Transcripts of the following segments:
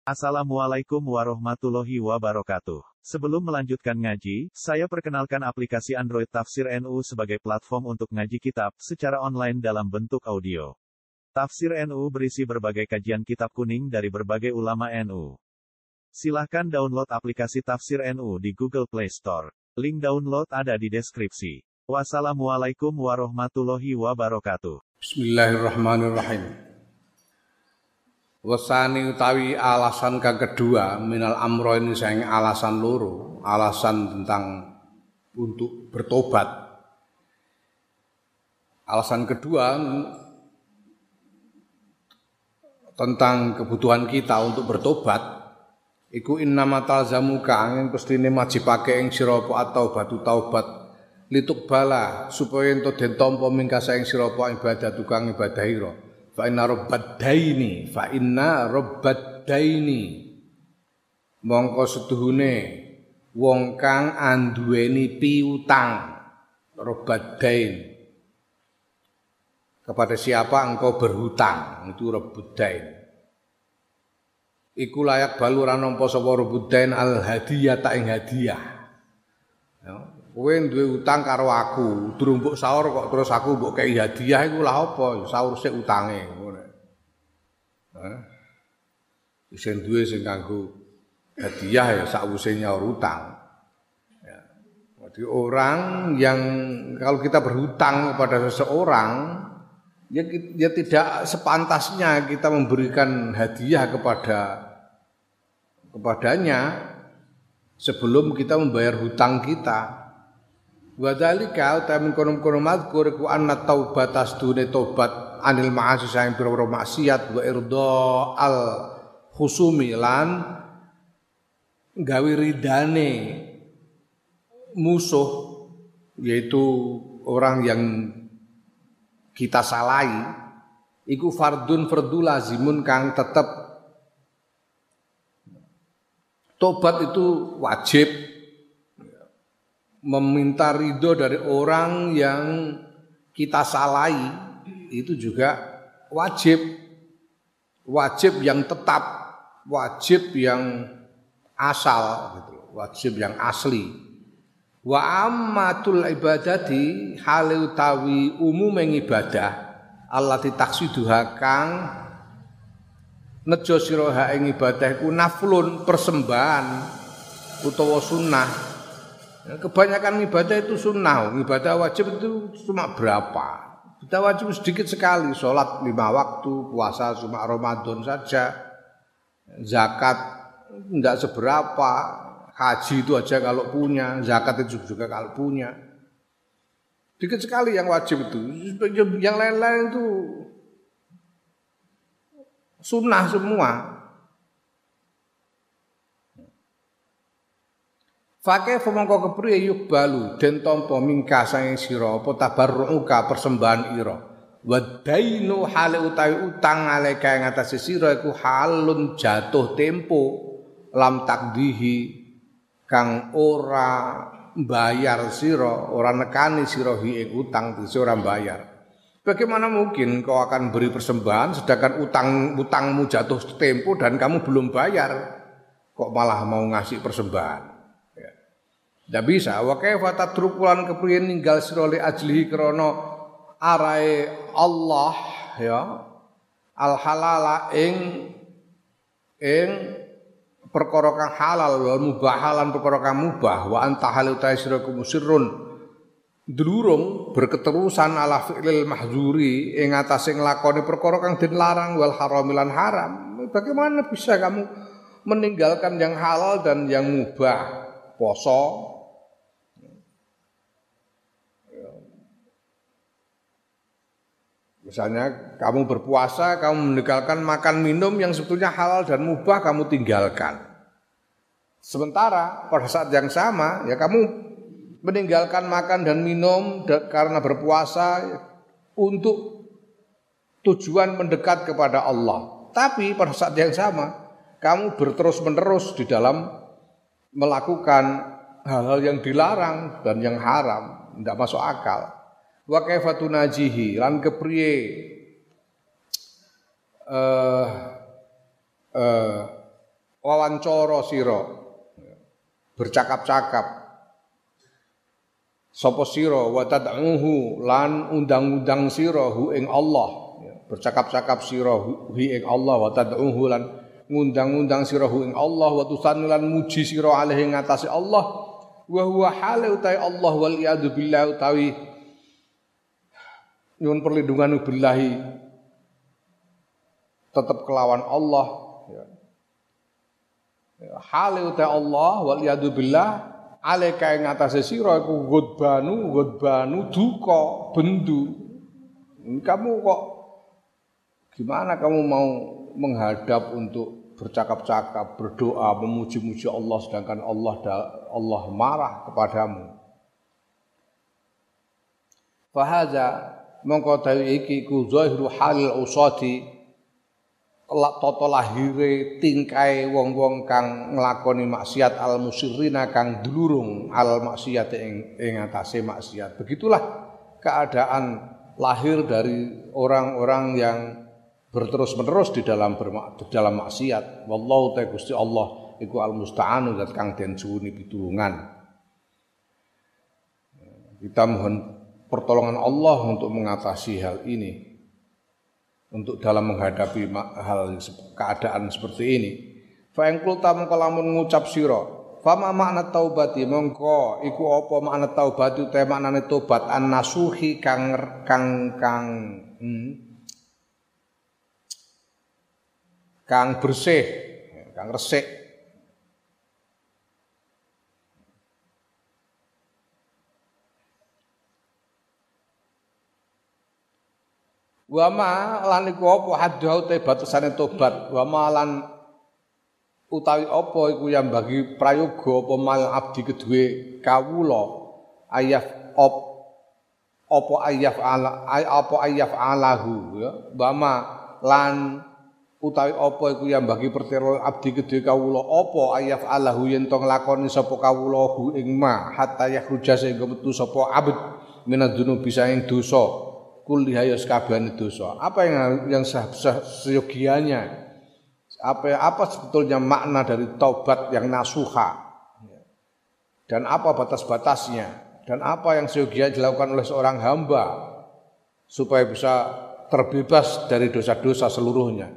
Assalamualaikum warahmatullahi wabarakatuh. Sebelum melanjutkan ngaji, saya perkenalkan aplikasi Android Tafsir NU sebagai platform untuk ngaji kitab secara online dalam bentuk audio. Tafsir NU berisi berbagai kajian kitab kuning dari berbagai ulama NU. Silahkan download aplikasi Tafsir NU di Google Play Store. Link download ada di deskripsi. Wassalamualaikum warahmatullahi wabarakatuh. Bismillahirrahmanirrahim. Wasani utawi alasan kang kedua minal amro ini sayang alasan loro, alasan tentang untuk bertobat. Alasan kedua tentang kebutuhan kita untuk bertobat iku innama talzamuka angin pestine majibake ing sira apa at-taubatu taubat lituk bala supaya ento den tampa mingkasa ing sira apa ibadah tukang ibadah ira. Fa inna rabbad-daini mongko setuhune wong kang anduweni piutang rabbad-dain kepada siapa engkau berhutang itu rabbud-dain iku layak balura nampa sapa rabbud-dain al hadiyah ta ing hadiah ya kowe duwe utang karo aku, durung mbok saur kok terus aku mbok kei hadiah iku lha apa? Saur sik utange ngono. Isen duwe sing kanggo hadiah ya sakwise nyaur utang. Ya. Jadi orang yang kalau kita berhutang kepada seseorang ya tidak sepantasnya kita memberikan hadiah kepadanya sebelum kita membayar hutang kita. Wa dzalika utamin kono-kono mazkur ku anna taubatas dune tobat anil ma'asi saing pira-pira maksiat wa irda al khusumi lan gawe ridane musuh yaitu orang yang kita salahi iku fardu lazimun kang tetep tobat itu wajib meminta ridho dari orang yang kita salahi itu juga wajib yang tetap, wajib yang asal gitu, wajib yang asli. Wa ammatul ibadati hale utawi umuming ibadah allati taksiduha kang nejo sira ing ibadah iku naflun persembahan utawa sunnah. Kebanyakan ibadah itu sunnah, ibadah wajib itu cuma berapa? Ibadah wajib sedikit sekali, sholat 5 waktu, puasa cuma Ramadan saja, zakat tidak seberapa, haji itu aja kalau punya, zakat itu juga kalau punya. Sedikit sekali yang wajib itu, yang lain-lain itu sunnah semua. Fakih mongko kepriye yukbalu den tampa mingka sange sira apa tabarruka persembahan ira wa dainu hale utawi utang aleka ing atase sira iku halun jatuh tempo lam takdihi kang ora mbayar sira ora nekani sira ing utang dise ora mbayar. Bagaimana mungkin kau akan beri persembahan sedangkan utangmu jatuh tempo dan kamu belum bayar kok malah mau ngasih persembahan? Tidak bisa. Wa kaifa tatrukulan kepriye ninggal sira li ajlihi krana arae Allah ya al halala ing perkara kang halal wa mubahalan perkara kang mubah wa anta halu ta sira kumusirun dulurung berketerusan ala fi'lil mahzuri ing atase nglakoni perkara kang den larang wal haramilan haram. Bagaimana bisa kamu meninggalkan yang halal dan yang mubah? Poso misalnya kamu berpuasa, kamu meninggalkan makan minum yang sebetulnya halal dan mubah kamu tinggalkan. Sementara pada saat yang sama ya kamu meninggalkan makan dan minum karena berpuasa untuk tujuan mendekat kepada Allah. Tapi pada saat yang sama kamu berterus-menerus di dalam melakukan hal-hal yang dilarang dan yang haram, tidak masuk akal. Wa kaifa tunajihi lan kepriye wawancara sira bercakap-cakap sapa sira wa tad'uhu lan undang-undang sira hu ing Allah bercakap-cakap sira hu ing Allah wa tad'uhu lan ngundang-undang sira hu ing Allah wa tusannulan muji sira alaihi ngatasi Allah wa huwa hale utai Allah wal iyadu billah utawi nyuwun perlindungan billahi tetap kelawan Allah ya. Hale utai Allah wal iyadu billah alaika ing atase sira iku ghadbanu duka bendu. Kamu kok gimana kamu mau menghadap untuk bercakap-cakap, berdoa, memuji-muji Allah sedangkan Allah marah kepadamu. Fahaza mongko tawi iki ku zahiru halil usati tata lahire tingkae wong-wong kang nglakoni maksiat al musirrina kang dulurung al maksiat ing atase maksiat. Begitulah keadaan lahir dari orang-orang yang berterus-menerus di dalam maksiat. Wallahu ta'ala Gusti Allah iku al musta'anu zat kang den suwuni pitulungan. Kita mohon pertolongan Allah untuk mengatasi hal ini, untuk dalam menghadapi keadaan seperti ini. Fa in qulta mongko lamun ngucap sira, fa ma makna taubati mongko iku apa makna taubat te maknane tobat an-nasuhi kang bersih, kang resik. Wa ma lan iku apa haddahu te batasane tobat, wa ma lan utawi apa iku yang bagi prayoga apa mal abdi kedue kawula ayaf alahu ya wa ma lan utawi apa iku yang bagi pertelo abdi kedue kawula apa ayaf alahu yen to nglakoni sapa kawula hu ing ma hatta yakhruja sehingga metu sapa abd minadzunubi bisa ing dosa kulliha sakabehane dosa. Apa yang seyogianya? Apa sebetulnya makna dari taubat yang nasuha? Dan apa batas-batasnya? Dan apa yang seyogianya dilakukan oleh seorang hamba supaya bisa terbebas dari dosa-dosa seluruhnya?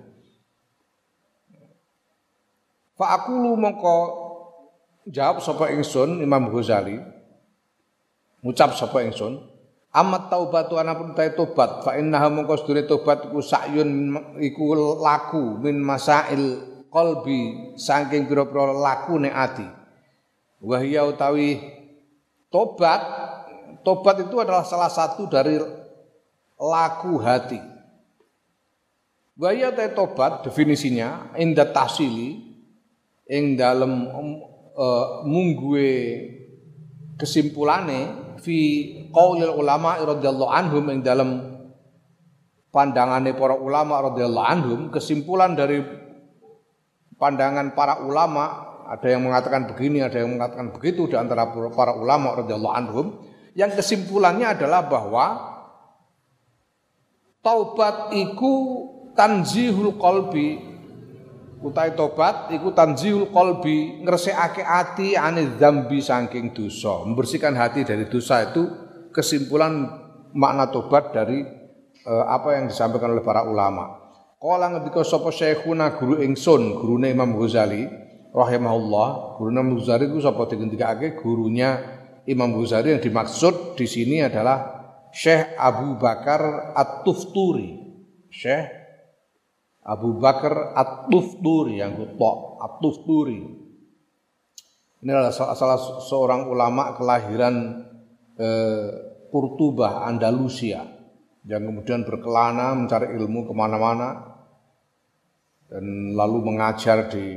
Fa aqulu mongko jawab sapa ingsun Imam Ghazali, ngucap sapa ingsun, amat taubatu anapun ta tobat fa innaha mongko sedune tobat iku sakyun iku laku min masail qalbi saking pira-pira lakune ati. Wa hiya utawi tobat itu adalah salah satu dari laku hati. Wa hiya ta tobat definisinya inda tahsili ing dalem mungguwe kesimpulane fi qaulil ulama radhiyallahu anhum ing dalam pandangane para ulama radhiyallahu anhum, kesimpulan dari pandangan para ulama, ada yang mengatakan begini, ada yang mengatakan begitu di antara para ulama radhiyallahu anhum, yang kesimpulannya adalah bahwa taubat iku tanzihul qalbi, utai tobat iku tanzihul qalbi, ngresekake ati ane dzambi saking dosa, membersihkan hati dari dosa. Itu kesimpulan makna tobat dari apa yang disampaikan oleh para ulama. Qala ngendika sapa syekhuna guru ingsun, gurune Imam Ghazali rahimahullah. Gurune Imam Ghazali ku sapa digendikake gurunya Imam Ghazali, yang dimaksud di sini adalah Syekh Abu Bakar At-Tufturi. Syekh Abu Bakar At-Tufturi, yang kutok At-Tufturi. Ini adalah salah seorang ulama kelahiran Kurtubah, Andalusia, yang kemudian berkelana mencari ilmu kemana-mana dan lalu mengajar di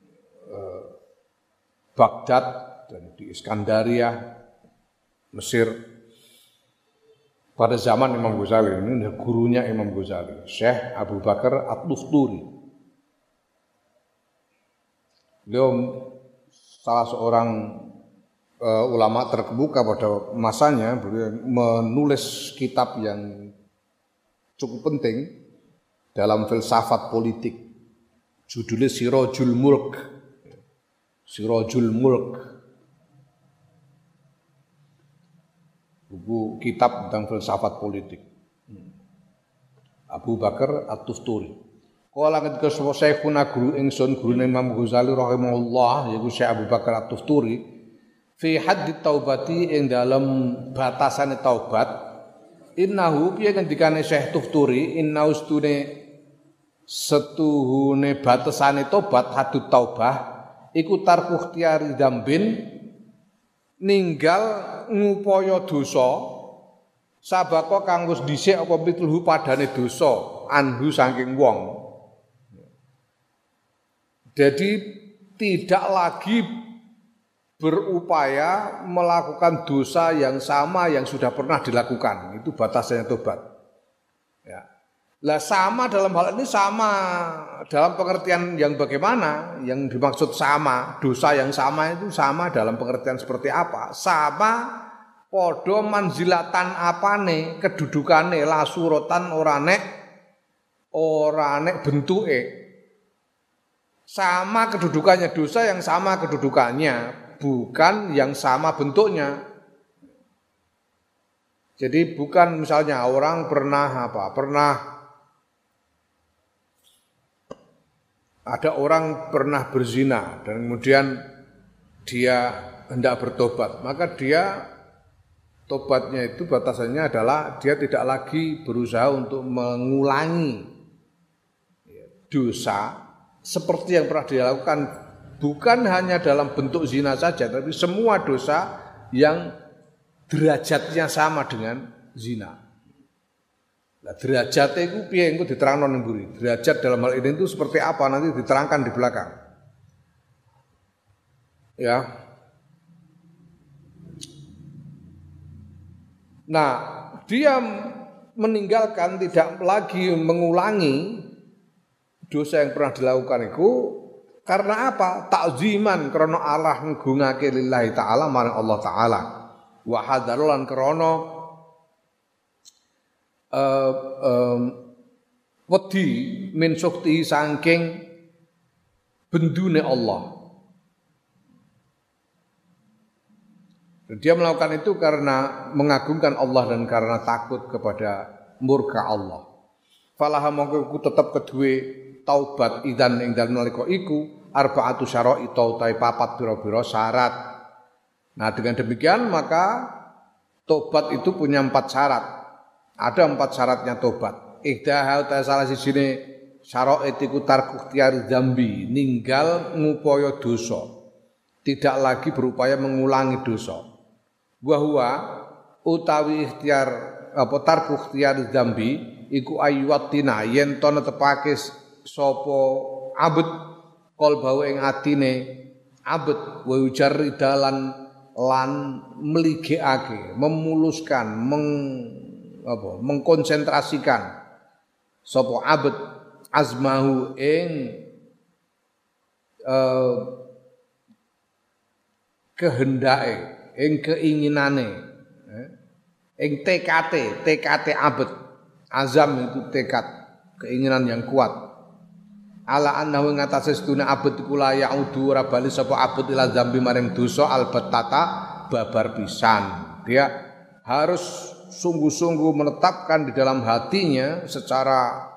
Baghdad dan di Iskandaria, Mesir. Pada zaman Imam Ghazali, ini gurunya Imam Ghazali, Syekh Abu Bakar At-Tufturi. Beliau salah seorang ulama terkemuka pada masanya. Beliau menulis kitab yang cukup penting dalam filsafat politik. Judulnya Sirajul Mulk, Sirajul Mulk. Buku kitab tentang filsafat politik. Abu Bakar At-Tusturi. Kala ketika Syekhuna guru ingsun gurune Imam Ghazali rahimahullah yaiku Syekh Abu Bakar At-Tusturi fi haddi taubati ing dalam batasane taubat innahu piye ngendikane Syekh Tusturi inna ustune setuhune batasane tobat hadut taubah iku tarku ikhtiyari dzambin ninggal ngupaya dosa sabako kang wis dhisik apa pitulhu padane dosa anhu saking wong. Jadi tidak lagi berupaya melakukan dosa yang sama yang sudah pernah dilakukan. Itu batasnya tobat. Ya. Lah sama dalam hal ini sama dalam pengertian yang bagaimana? Yang dimaksud sama, dosa yang sama itu sama dalam pengertian seperti apa? Sama podo manzilatan apane, kedudukane la suratan ora nek bentuke. Sama kedudukannya, dosa yang sama kedudukannya, bukan yang sama bentuknya. Jadi bukan misalnya orang pernah ada orang pernah berzina dan kemudian dia hendak bertobat, maka dia tobatnya itu batasannya adalah dia tidak lagi berusaha untuk mengulangi dosa seperti yang pernah dilakukan, bukan hanya dalam bentuk zina saja, tapi semua dosa yang derajatnya sama dengan zina. Nah, derajatnya itu piye engko diterangno ning mburi. Derajat dalam hal ini itu seperti apa nanti diterangkan di belakang. Ya. Nah, dia meninggalkan tidak lagi mengulangi dosa yang pernah dilakukan itu karena apa? Takziman karena Allah ngugungake lillahi taala marang Allah taala. Wa hadarulan karena wedi min sukti saking bendune Allah. Dan dia melakukan itu karena mengagungkan Allah dan karena takut kepada murka Allah. Falaha mongko tetep kedue taubat idan ing dalem nalika iku arba'atu syara'i tautai papat pira-pira syarat. Nah, dengan demikian maka tobat itu punya 4 syarat. Ada 4 syaratnya tobat. Ihdaha ta salah sijine syara'i iku tarku ikhtiyari dzambi, ninggal ngupaya dosa. Tidak lagi berupaya mengulangi dosa. Wa huwa utawi ikhtiar apa tarku ikhtiyari dzambi iku ayyuwatina yen to netepake sapa abet qalbau ing atine abet wa ujarridalan lan meligekake memuluskan mengkonsentrasikan sapa abet azmahu ing kehendake ing keinginane ing tekate abet azam itu tekad keinginan yang kuat ala annahu ngatasé sedune abet iku la yaudu ora bali sapa abet ila dzambi maring dosa albatata babar pisan. Dia harus sungguh-sungguh menetapkan di dalam hatinya secara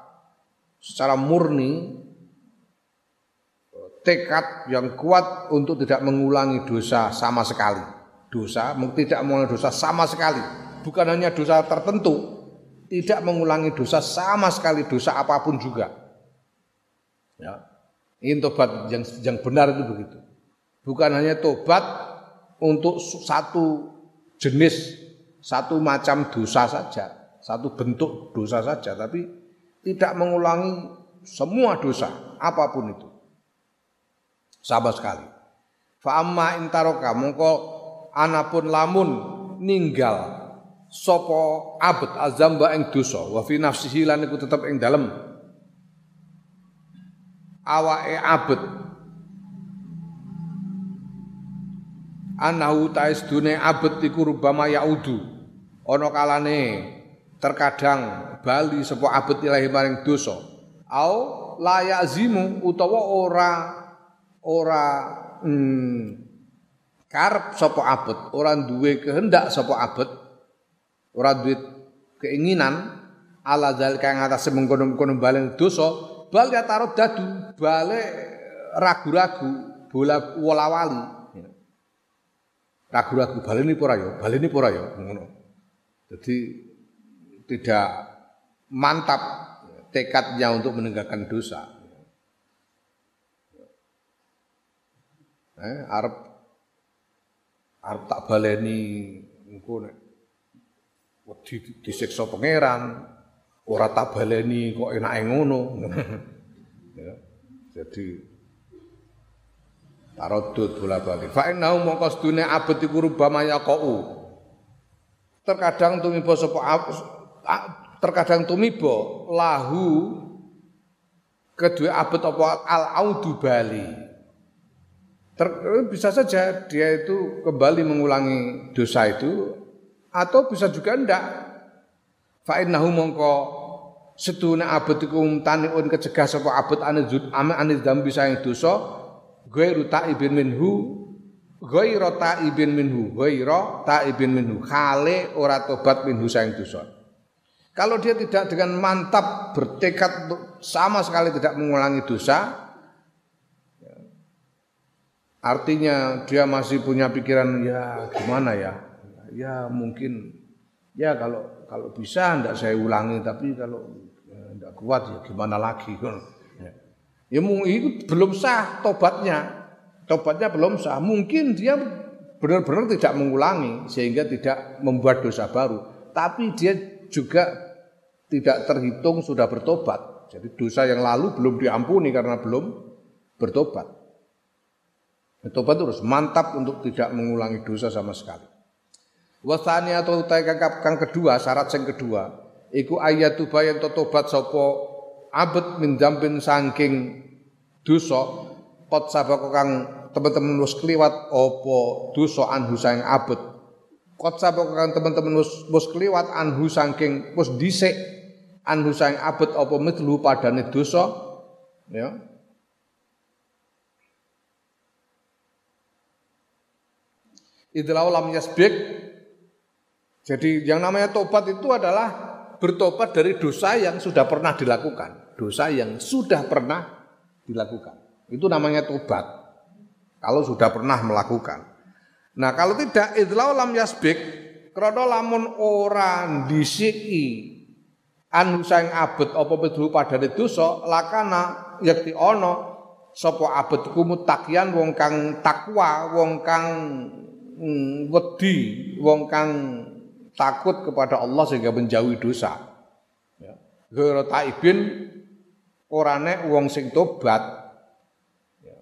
murni tekad yang kuat untuk tidak mengulangi dosa sama sekali. Tidak mengulangi dosa sama sekali. Bukan hanya dosa tertentu, tidak mengulangi dosa sama sekali, dosa apapun juga. Ya, ini tobat yang benar itu begitu. Bukan hanya tobat untuk satu jenis, satu macam dosa saja, satu bentuk dosa saja, tapi tidak mengulangi semua dosa apapun itu sama sekali. Fa amma intaroka mongko anapun lamun ninggal sapa abet azamba ing dosa wa fi nafsihi lan iku tetep ing dalem awake abet anahu taisdune abet iku rubama yaudu ana kalane terkadang bali sapa abet ilahi maring dosa au la yazimu utawa ora karep sapa abet, ora duwe kehendak sapa abet, ora duwe keinginan ala zalika ing atase mengkono-mengkono balen dosa, bal ya tarot dadu, bale ragu-ragu, bola wala-wali. Ragu-ragu baleni apa ora ya, ngono. Jadi tidak mantap tekadnya untuk meninggalkan dosa. Arep tak baleni engko nek wedi disiksa pangeran, ora tak baleni kok enake ngono. Ya. Jadi tarodud bola-balik. Fa innahu mongko sedune abet iku rubama yaqau. Terkadang tumiba lahu kedua abet apa al-audu bali. Bisa saja dia itu kembali mengulangi dosa itu atau bisa juga enggak. Fa innahu mongko sedune abet iku mtaniun kecegah sapa abet ane dzambi saing dosa ghairu ta'ibin minhu khale ora tobat minhu saing dosa. Kalau dia tidak dengan mantap bertekad untuk sama sekali tidak mengulangi dosa, artinya dia masih punya pikiran ya gimana ya, ya mungkin ya kalau bisa ndak saya ulangi, tapi kalau ndak kuat ya gimana lagi. Ya itu belum sah tobatnya belum sah. Mungkin dia benar-benar tidak mengulangi sehingga tidak membuat dosa baru, tapi dia juga tidak terhitung sudah bertobat. Jadi dosa yang lalu belum diampuni karena belum bertobat. Tobat terus mantap untuk tidak mengulangi dosa sama sekali. Wasani atau utai kang kedua, syarat yang kedua, iku ayatu bayan tobat sapa abet min dzambin saking dosa qad sabaka kang teman-teman wis kliwat apa dosa anhu saing abet. Qad sabaka kang teman-teman wis kliwat anhu saking wis dhisik anhu saing abet apa mitlu padane dosa, ya. Idlau lam yasbik. Jadi yang namanya tobat itu adalah bertobat dari dosa yang sudah pernah dilakukan. Dosa yang sudah pernah dilakukan. Itu namanya tobat. Kalau sudah pernah melakukan. Nah, kalau tidak idlau lam yasbik, krana lamun ora ndhisiki anu saing abet apa bedhu padane dosa, lakana yakti ana sapa abet iku mutaqiyan wong kang takwa, wong kang wedi, wong kang takut kepada Allah sehingga menjauhi dosa. Ya. Ghairu taibin ora nek wong sing tobat. Ya.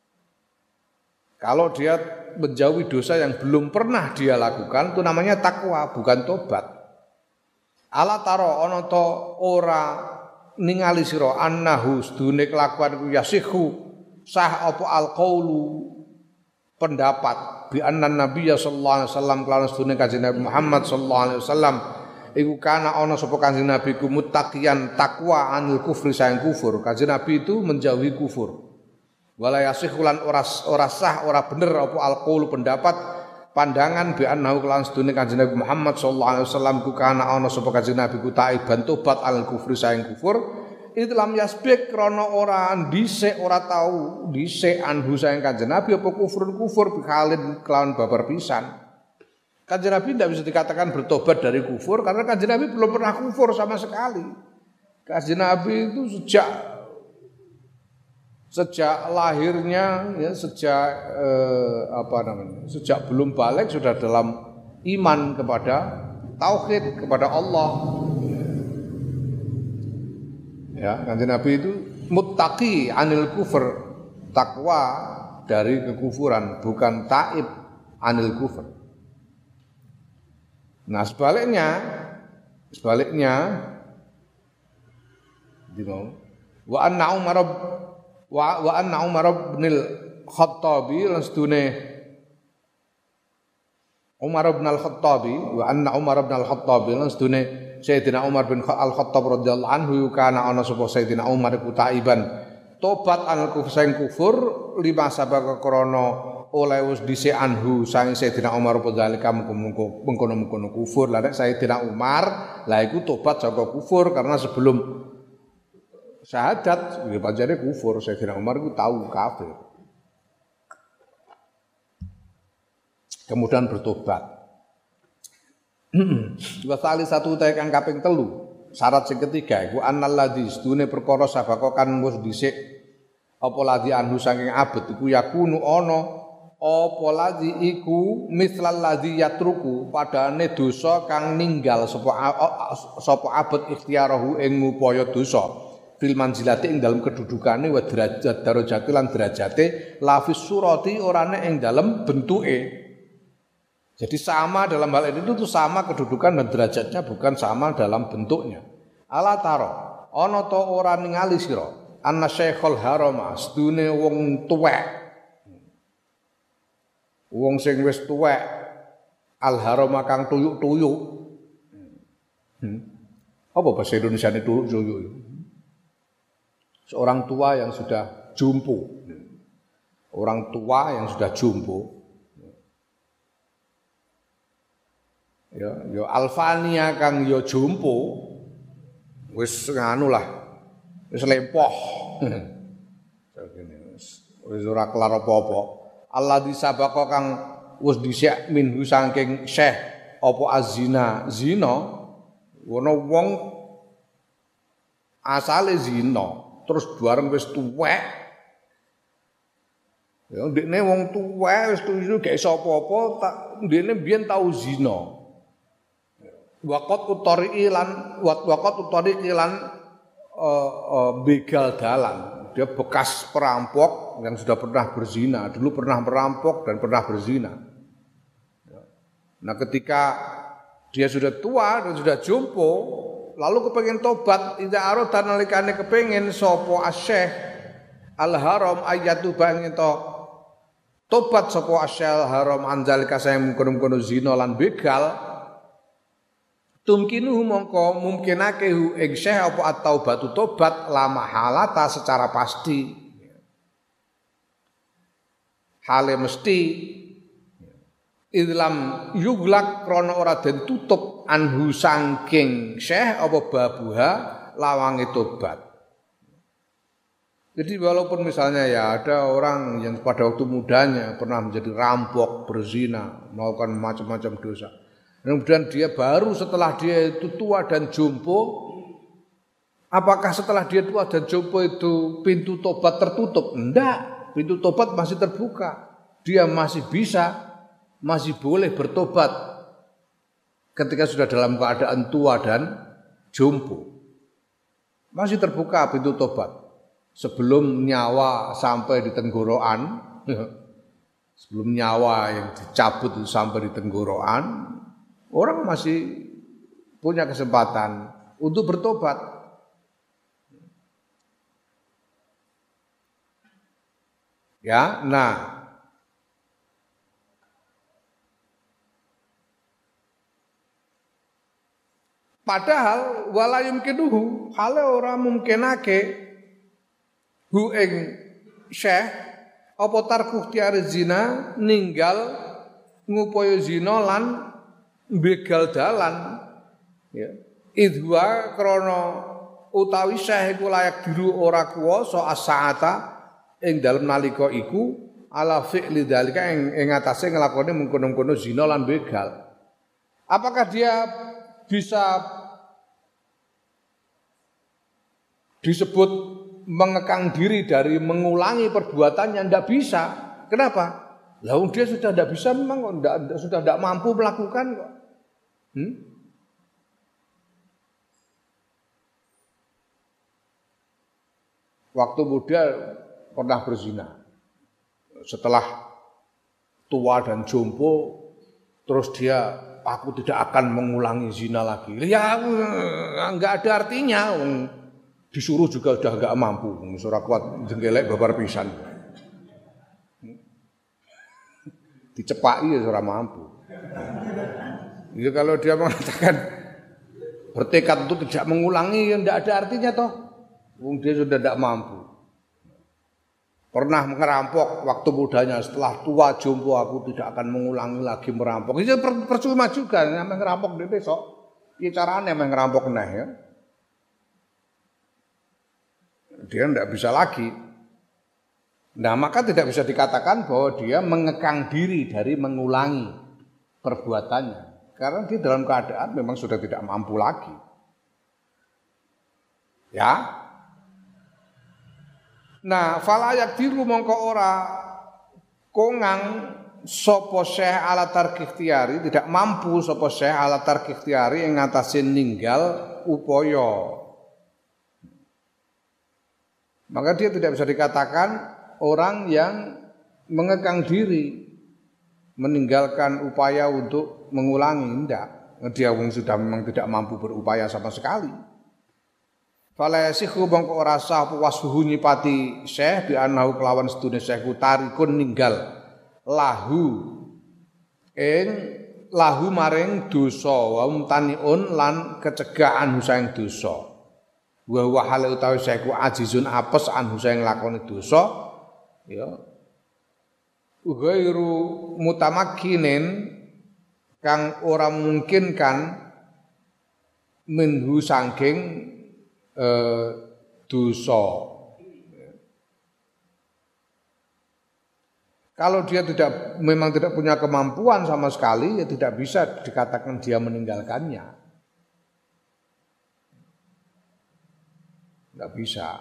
Kalau dia menjauhi dosa yang belum pernah dia lakukan, itu namanya takwa, bukan tobat. Ala taro ana ta ora ningali sira annahu sedune kelakuan iku yasihu sah apa alqaulu pendapat bi anna nabiyya sallallahu alaihi wasallam kelawan sedune kanjeng Nabi Muhammad sallallahu alaihi wasallam iku kana ana sapa kanjeng Nabi ku muttaqiyan takwa anil kufri saing kufur. Kanjeng Nabi itu menjauhi kufur. Wala yasihulan ora sah ora bener apa alqaulu pendapat pandangan bi annahu kelawan sedune kanjeng Nabi Muhammad sallallahu alaihi wasallam ku kana ana sapa kanjeng Nabi ku taiban tobat al kufri saing kufur. Itlam yasbik krana ora dhisik ora tau dhisik anhu saing kanjeng Nabi apa kufur bikhalin kelawan babar pisan. Kanjeng Nabi tidak bisa dikatakan bertobat dari kufur karena kanjeng Nabi belum pernah kufur sama sekali. Kanjeng Nabi itu sejak lahirnya ya sejak sejak belum balik sudah dalam iman kepada tauhid kepada Allah. Ya, kanjeng Nabi itu muttaqi anil kufur, takwa dari kekufuran, bukan taib anil kufur. Nah, sebaliknya wa anna Umar bin al-Khattabi lan sedune Umar bin al-Khattabi wa anna Umar bin al-Khattabi lan sedune Sayyidina Umar bin Al-Khattab radhiyallahu anhu kana ana sapa Sayyidina Umar iku taiban tobat anil kufur saing kufur lima sabaka krana oleh wis dhisik anhu sang Sayyidina Umar padzalika mengkono-mengkono kufur. Lah nek Sayyidina Umar lah iku tobat saka kufur karena sebelum syahadat ya pancene kufur. Sayyidina Umar iku tahu kafir. Kemudian bertobat. Wa satu ta kang kaping 3. Syarat sing ketiga iku annalladzi sedune perkara sabaka kan wis dhisik apa ladzi anhu saking abet iku yakunu ana apa ladzi iku mislal ladzi yatruku padane dosa kang ninggal sapa abet ikhtiyarahu ing ngupaya dosa fil manzilati ing dalem kedudukane wa derajat darajate lan derajate lafis surati orane ing dalem bentuke. Jadi sama dalam hal ini itu sama kedudukan dan derajatnya bukan sama dalam bentuknya. Ala taro ana ta ora ningali sira anna syekhul harama sedune wong tuwek. Wong sing wis tuwek al harama kang tuyuk-tuyuk. Apa bahasa Indonesiane tuyuk-tuyuk? Seorang tua yang sudah jumpo. Orang tua yang sudah jumpo. Ya alfania kang ya jumpo wis nganu lah wis lempoh wis ora kelar apa-apa alladzi sabaqa kang wis dhisik minhu saking syekh apa azina zina wono wong asale zina terus bareng wis tuwek ya ndekne wong tuwek wis tuwek gak iso apa-apa ndekne biyen tau zina. Waqat utari lan begal dalan. Dia bekas perampok yang sudah pernah berzina, dulu pernah merampok dan pernah berzina. Nah, ketika dia sudah tua dan sudah jompo, lalu kepengen tobat, tidak arada nalikane kepengen sapa asyekh al-haram ayatu bangin to tobat sapa asyekh al-haram anzalika sayang mungkon-mungkon zina lan begal. Tumkinu mongko mungkinake hu ing syekh apa at-taubatu tobat lama halata secara pasti. Hale mesti idlam yuglak krana ora den tutup anhu saking syekh apa babuha lawange tobat. Jadi walaupun misalnya ya ada orang yang pada waktu mudanya pernah menjadi rampok, berzina, melakukan macam-macam dosa. Kemudian dia baru setelah dia itu tua dan jompo, apakah setelah dia tua dan jompo itu pintu tobat tertutup? Enggak, pintu tobat masih terbuka. Dia masih bisa, masih boleh bertobat ketika sudah dalam keadaan tua dan jompo. Masih terbuka pintu tobat. Sebelum nyawa sampai di tenggorokan, sebelum nyawa yang dicabut itu sampai di tenggorokan, orang masih punya kesempatan untuk bertobat. Ya, nah. Padahal wala yumkinuhu hale ora mungkinake hu ing syekh apa tarku ikhtiar zina ninggal ngupaya zina lan begal dalan ya idwa krana utawi syekh iku layak diru ora kuwasa as-saata ing dalem nalika iku ala fi'li dzalika ing atase nglakoni mengkono-kono zina lan begal. Apakah dia bisa disebut mengekang diri dari mengulangi perbuatannya? Tidak bisa. Kenapa? Lah dia sudah tidak bisa memang sudah tidak mampu melakukan kok. Waktu muda pernah berzina. Setelah tua dan jompo terus dia aku tidak akan mengulangi zina lagi. Ya enggak ada artinya. Disuruh juga sudah enggak mampu. Ora kuat jengkelek babar pisan. Dicepaki ya ora mampu. Ya kalau dia mengatakan bertekad untuk tidak mengulangi ya tidak ada artinya toh. Dia sudah tidak mampu. pernah ngerampok waktu mudanya, setelah tua jompo aku tidak akan mengulangi lagi merampok. Itu percuma juga, namanya ngerampok di besok. Ini caranya namanya ngerampok nah ya. Dia tidak bisa lagi. Nah maka tidak bisa dikatakan bahwa dia mengekang diri dari mengulangi perbuatannya. Karena dia dalam keadaan memang sudah tidak mampu lagi. Ya. Nah, falayak diru mongko ora kongang sapa syekh ala tarki ikhtiari, tidak mampu sapa syekh ala tarki ikhtiari ing ngatasi ninggal upaya. Maka dia tidak bisa dikatakan orang yang mengekang diri meninggalkan upaya untuk mengulangi, tidak. Dia sudah memang tidak mampu berupaya sama sekali. Fala yasihu mongko ora sah wasfuhu nyipati syekh bi anahu kelawan sedune syekh tarikun ninggal lahu maring dosa wa mutaniun lan kecegahan husaing dosa wa hale utawi syekh ajizun apes an husaing lakoni dosa ya ghairu mutamakkinin kang ora mungkinkan minhu saking dosa. Kalau dia memang tidak punya kemampuan sama sekali, ya tidak bisa dikatakan dia meninggalkannya. Tidak bisa.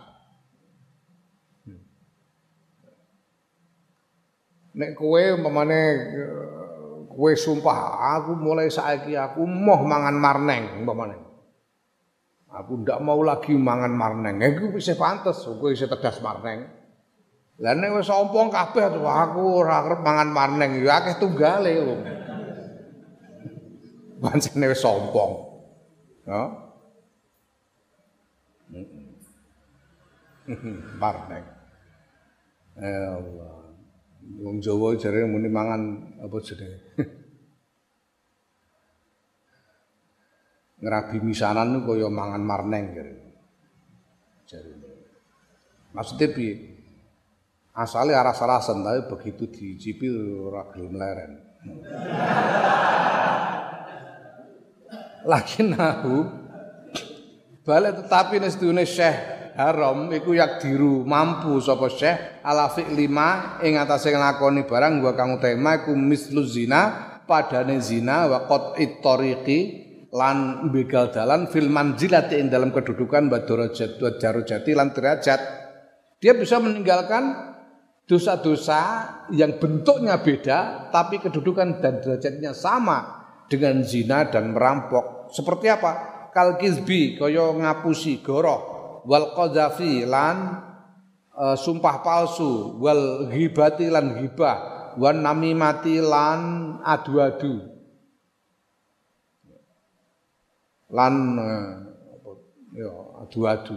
Nek kowe umpamane kowe sumpah aku mulai saiki aku moh mangan marneng umpamane. Aku ndak mau lagi mangan marneng. Iku wis pantes, kowe isih tegas marneng. Lah nek wis ompong kabeh aku ora arep mangan marneng ya akeh tunggale wong. Pancene wis ompong. Ya. Marneng. Allah. Wong Jawa jare muni mangan apa jenenge? Ngerabi misanan niku kaya mangan marneng jarine. Maksudnya piye? Asale aras-arasen tapi begitu dicipi ora gelem leren. Lakinahu balik tetapi nesdune Syekh Haram iku yak diru mampu sapa Syekh ala fi'li ma ing atase nglakoni barang wa kang utama iku mislu zina padane zina wa qat'it tariqi lan begal dalan fil manzilati ing dalam kedudukan badarajat wa darajati lan derajat. Dia bisa meninggalkan dosa-dosa yang bentuknya beda tapi kedudukan dan derajatnya sama dengan zina dan merampok. Seperti apa? Kal kizbi kaya ngapusi goroh wal qadzafi lan sumpah palsu wal ghibati lan ghibah wan namimati lan adu-adu. Lan ya adu-adu.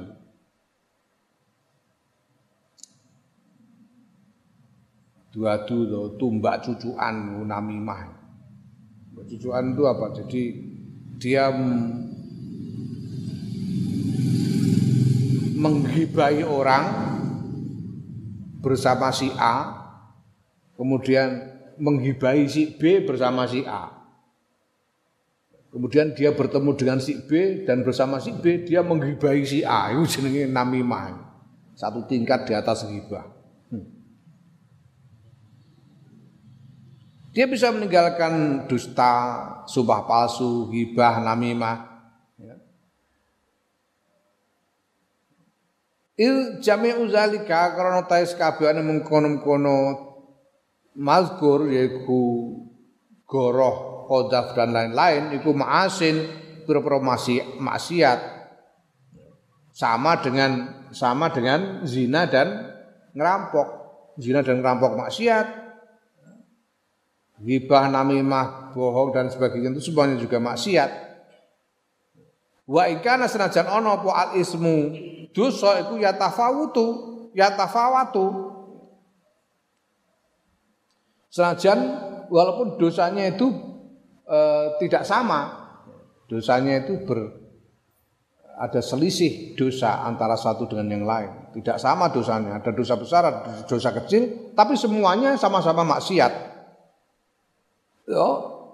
Adu-adu to tumbak cucukan namimah. Cucukan itu apa? Jadi dia menghibai orang bersama si A, kemudian menghibai si B bersama si A. Kemudian dia bertemu dengan si B dan bersama si B dia menghibai si A. Itu jenenge namimah. Satu tingkat di atas ghibah. Dia bisa meninggalkan dusta, sumpah palsu, ghibah, namimah. Il jami'u zalika karena tais kabehane mengkono-kono mazkur yaiku goroh, qadzaf dan lain-lain iku ma'asin pira-pira maksiat sama dengan zina dan ngerampok. Zina dan ngerampok maksiat. Ghibah, namimah, bohong dan sebagainya itu semuanya juga maksiat. Wa ikana senajan ana apa al ismu dosa iku yatafawatu. Senajan walaupun dosanya itu tidak sama. Dosanya itu ada selisih dosa antara satu dengan yang lain. Tidak sama dosanya. Ada dosa besar, ada dosa kecil, tapi semuanya sama-sama maksiat. Yo.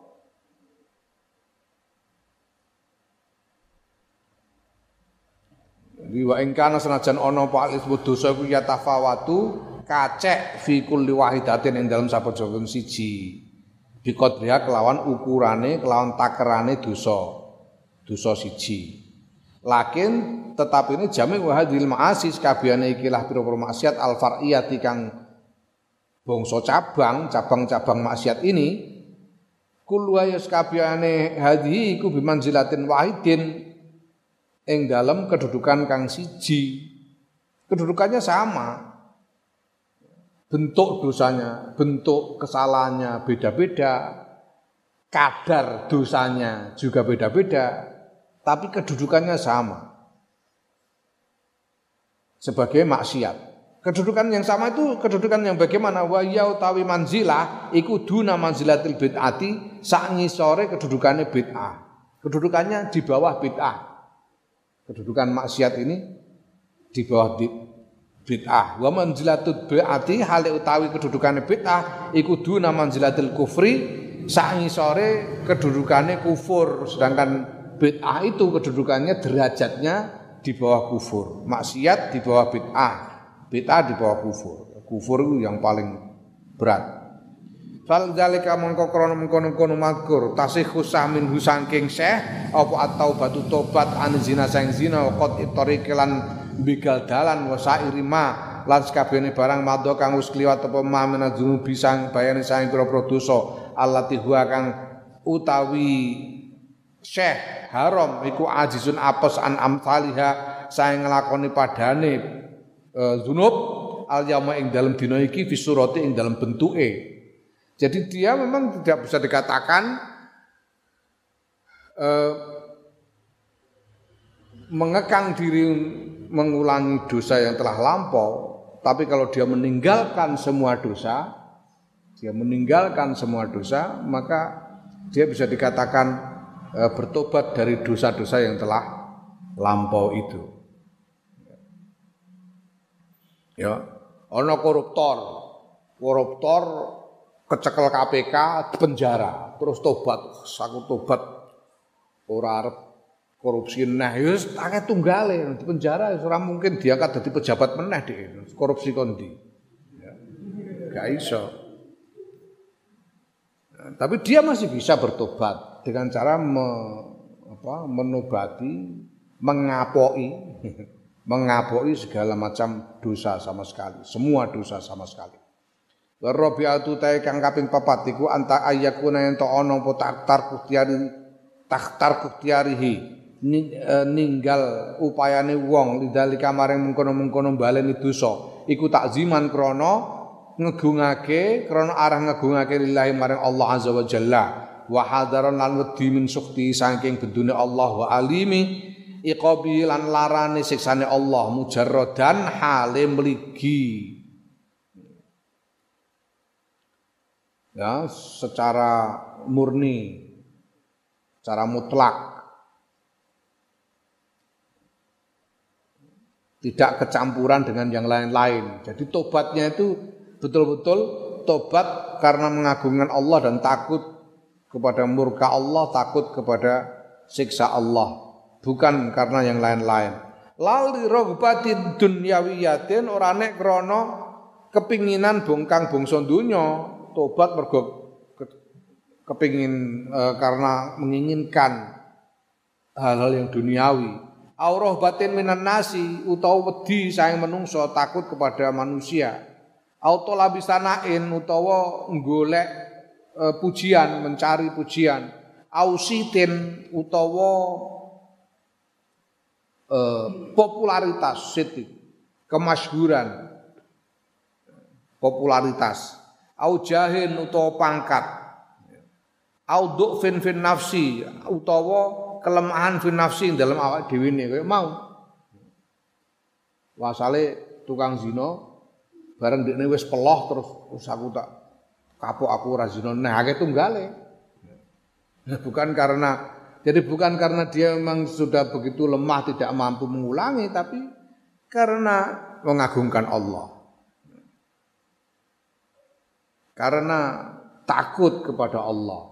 Jadi wa in kana senajan ana apa alismu dosa iku ya tafawatu kacek fi kulli wahidatin ing dalam saben-saben siji. Biqadriha kelawan ukurane, kelawan takerane dosa siji. Lakin tetap ini jami wa hadhil ma'asi kabehane ikilah pira-pira maksiat al far'iyati kang bangsa cabang-cabang maksiat ini kullu ayas kabehane hadhi iku bimanzilatin wahidin ing dalam kedudukan kang siji. Kedudukannya sama. Bentuk dosanya, bentuk kesalahannya beda-beda, kadar dosanya juga beda-beda, tapi kedudukannya sama. Sebagai maksiat. Kedudukan yang sama itu kedudukan yang bagaimana? Wa ya utawi manzilah iku duna manzilatil bid'ati, sak ngisore kedudukannya bid'ah. Kedudukannya di bawah bid'ah. Kedudukan maksiat ini di bawah bid'ah. Wa manzilatul bid'ati hale utawi kedudukane bid'ah iku duna manzilatil kufri, sak ngisore kedudukane kufur, sedangkan bid'ah itu kedudukannya derajatnya di bawah kufur. Maksiat di bawah bid'ah di bawah kufur. Kufur itu yang paling berat. Fal zalika mongko krana mengkono-kono mazkur tasih khusah min husangking syekh apa at-taubatu tobat an zina sang zina qad ittariqan bigal dalan wa sairima lan sakabehane barang madha kang wis kliwat apa mamena dzunubi sang bayane sang pira-pira dosa allati huwa kang utawi syekh haram iku ajizun apes an amsaliha sae nglakoni padane dzunub al yauma ing dalem dina iki fi surati ing dalem bentuke. Jadi dia memang tidak bisa dikatakan mengekang diri mengulangi dosa yang telah lampau, tapi kalau dia meninggalkan semua dosa, maka dia bisa dikatakan bertobat dari dosa-dosa yang telah lampau itu. Ya, ono koruptor kecekel KPK penjara, terus tobat, aku tobat ora arep korupsi neh wis akeh tunggale di penjara ora mungkin diangkat dadi pejabat meneh dhek korupsi kondi. Ya. Gak iso. Nah, tapi dia masih bisa bertobat dengan cara menobati, mengapoi segala macam dosa sama sekali, semua dosa sama sekali. Rabi'atu ta'i kang kaping 4 iku anta ayyakuna ento ana apa tahtar kuhtiyarihi ninggal upayane wong lidalika maring mengkono-mengkono baleni dosa iku takziman krana ngegungake krana arah ngegungake lillahi maring Allah azza wa jalla wa hadaran lan wedi min sukti saking bendune Allah wa alimi iqabi lan larane siksane Allah mujarradan hale mligi. Ya, secara murni, secara mutlak, tidak kecampuran dengan yang lain-lain. Jadi tobatnya itu betul-betul tobat karena mengagungkan Allah dan takut kepada murka Allah, takut kepada siksa Allah, bukan karena yang lain-lain. Lali rohbatin dunyawiyatin ora nek krana kepinginan bongkang bangsa donya. Tobat mergo kepingin karena menginginkan hal-hal yang duniawi. Aurah batin minan nasi utawa wedi saing menungso takut kepada manusia. Auto labisanain utawa golek pujian, mencari pujian. Ausitin utawa popularitas, sitik, kemasyhuran, popularitas. Au jahin utawa pangkat, au du'fin fin nafsi utawa kelemahan fin nafsi dalam awak dhewe ne kaya mau. Wasale tukang zina bareng dekne wis peloh terus aku tak kapok aku ora zina nah akeh tunggale. Bukan karena Jadi bukan karena dia memang sudah begitu lemah tidak mampu mengulangi, tapi karena mengagungkan Allah. Karena takut kepada Allah.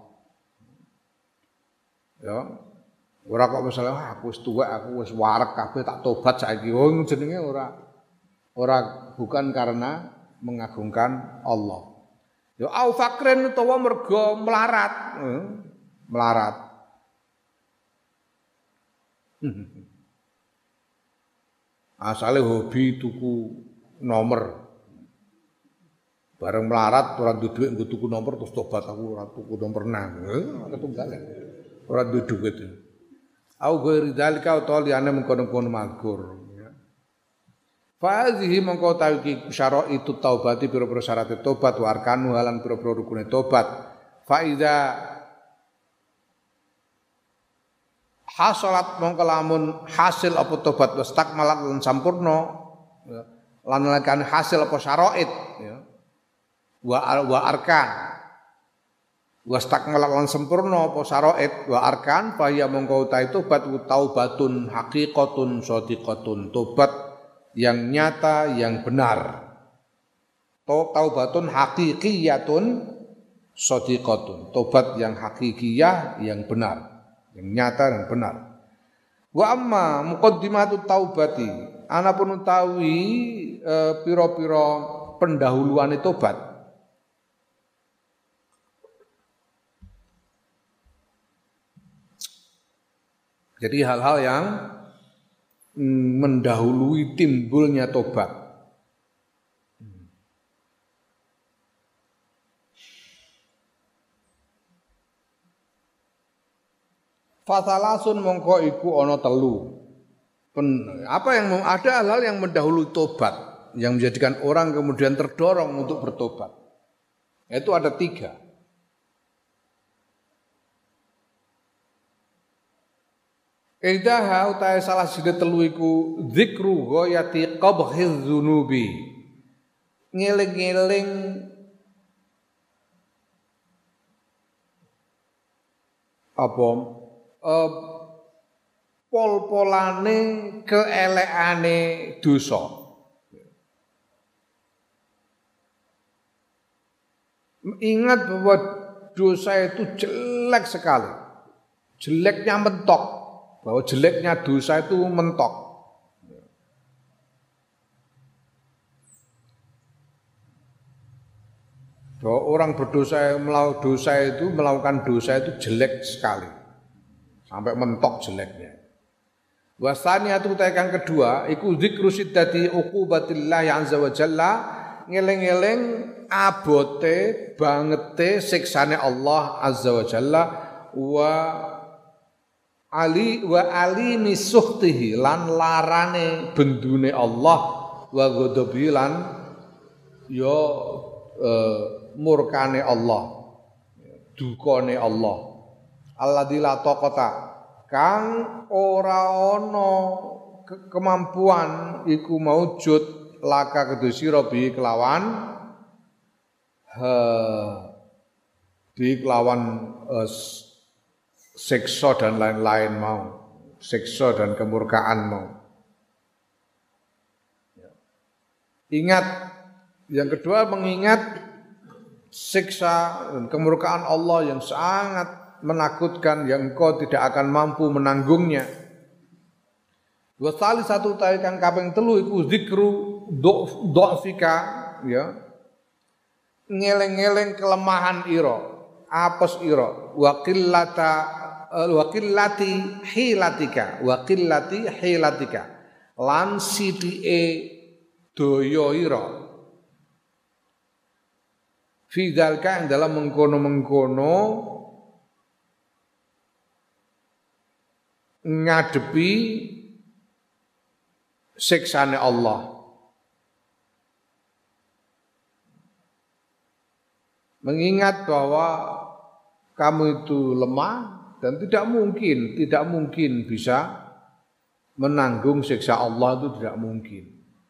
Ya. Ora kok misalnya aku wis tuwek, aku wis wareg kabeh tak tobat saiki. Oh jenenge ora bukan karena mengagungkan Allah. Ya au fakren utawa mergo melarat. Melarat. Asale hobi tuku nomor. Bareng melarat ora duwe dhuwit nggo tuku nomor terus tobat aku ora tuku nomor nang. Ketunggalan. Ora duwe dhuwit. Au ghairi dzalika utawa liyane mengkono-kono magur. Fazihi mongko tawiki syaraitu taubati pira-pira syarat tobat wa arkanu halan pira-pira rukune tobat. Fa iza hasalat mongko lamun hasil apa tobat wastakmalat lan sampurna lan lakane hasil apa syara'id ya wa arkan wastakmalat lan sampurna apa syara'id wa arkan fa ya mongko utahe tobat taubatun haqiqatun shadiqatun tobat yang nyata yang benar taubatun haqiqiyatun shadiqatun tobat yang hakikiyah yang benar yang nyata dan benar. Wa amma muqaddimatu taubati, anapun utawi pira-pira pendahuluane tobat. Jadi hal-hal yang mendahului timbulnya tobat. Fasalasun mongko iku ana telu. Apa yang ada hal-hal yang mendahului tobat yang menjadikan orang kemudian terdorong untuk bertobat. Itu ada 3. Idaha utahe salah siji telu iku zikru ghayati qabhiz dzunubi. Ngeling-eling apa pol-polane keelekane dosa. Ingat bahwa dosa itu jelek sekali. Jeleknya mentok. Bahwa jeleknya dosa itu mentok. Bahwa orang berdosa melakukan dosa itu jelek sekali. Sampai mentok jeleknya. Wasaniyatu kang kedua iku zikru siddati uqubatillah azza wa jalla ngeleng-eleng abote bangete siksane Allah azza wa jalla wa alimi suhtihi lan larane bendune Allah wa ghadabi lan ya murkane Allah dukane Allah alladzi la taqata kang ora ana kemampuan iku maujud laka kedhe sira bi kelawan siksa dan lain-lain mau siksa dan kemurkaan mau. Ingat yang kedua mengingat siksa dan kemurkaan Allah yang sangat menakutkan yang engkau tidak akan mampu menanggungnya. Wa satu kang kaping 3 iku zikru dhafika ya. Ngeleng-ngeleng kelemahan ira, apes ira, wa qillati hilatika lan sithike daya ira. Fi dzalika dalam mengkono-mengkono ngadepi siksane Allah. Mengingat bahwa kamu itu lemah dan tidak mungkin bisa menanggung siksa Allah, itu tidak mungkin.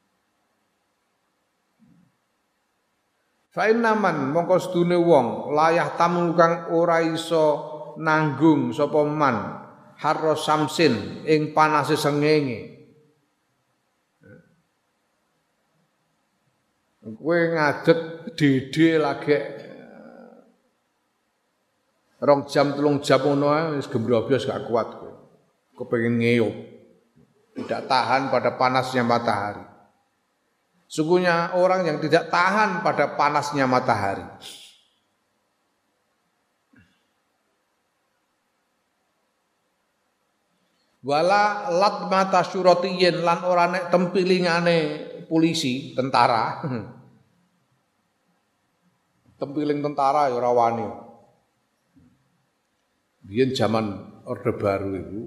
Fa innaman mongko sedune wong layah tamu kang ora iso nanggung sapa man harra samsin ing panase sengenge. Kowe ngadeg dede lagi 2 jam 3 jam ngono wis gembroblos gak kuat kowe. Kepengin ngeyup. Tidak tahan pada panasnya matahari. Sungguhnya orang yang tidak tahan pada panasnya matahari. Wala latmata syuratiyin lan ora nek tempilingane polisi, tentara. Tempiling tentara ya ora wani. Biyen zaman Orde Baru itu.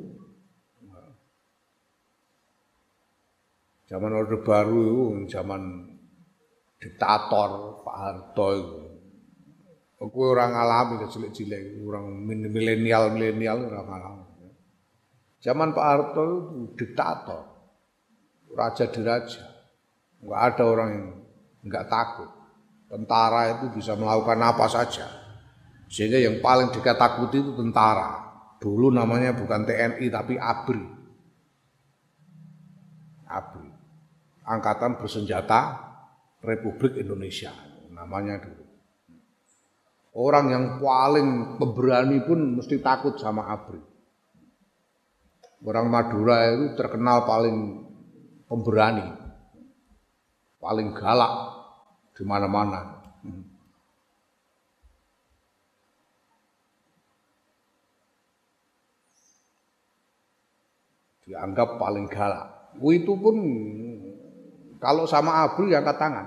Zaman Orde Baru itu zaman diktator Pak Harto itu. Aku orang ngalami cilik-cilik, orang milenial orang ngalami. Zaman Pak Harto itu diktator, raja diraja, nggak ada orang yang nggak takut. Tentara itu bisa melakukan apa saja, sehingga yang paling diketakuti itu tentara. Dulu namanya bukan TNI tapi ABRI, ABRI, Angkatan Bersenjata Republik Indonesia, namanya dulu. Orang yang paling pemberani pun mesti takut sama ABRI. Orang Madura itu terkenal paling pemberani, paling galak di mana-mana. Dianggap paling galak. Itu pun kalau sama ABRI angkat tangan.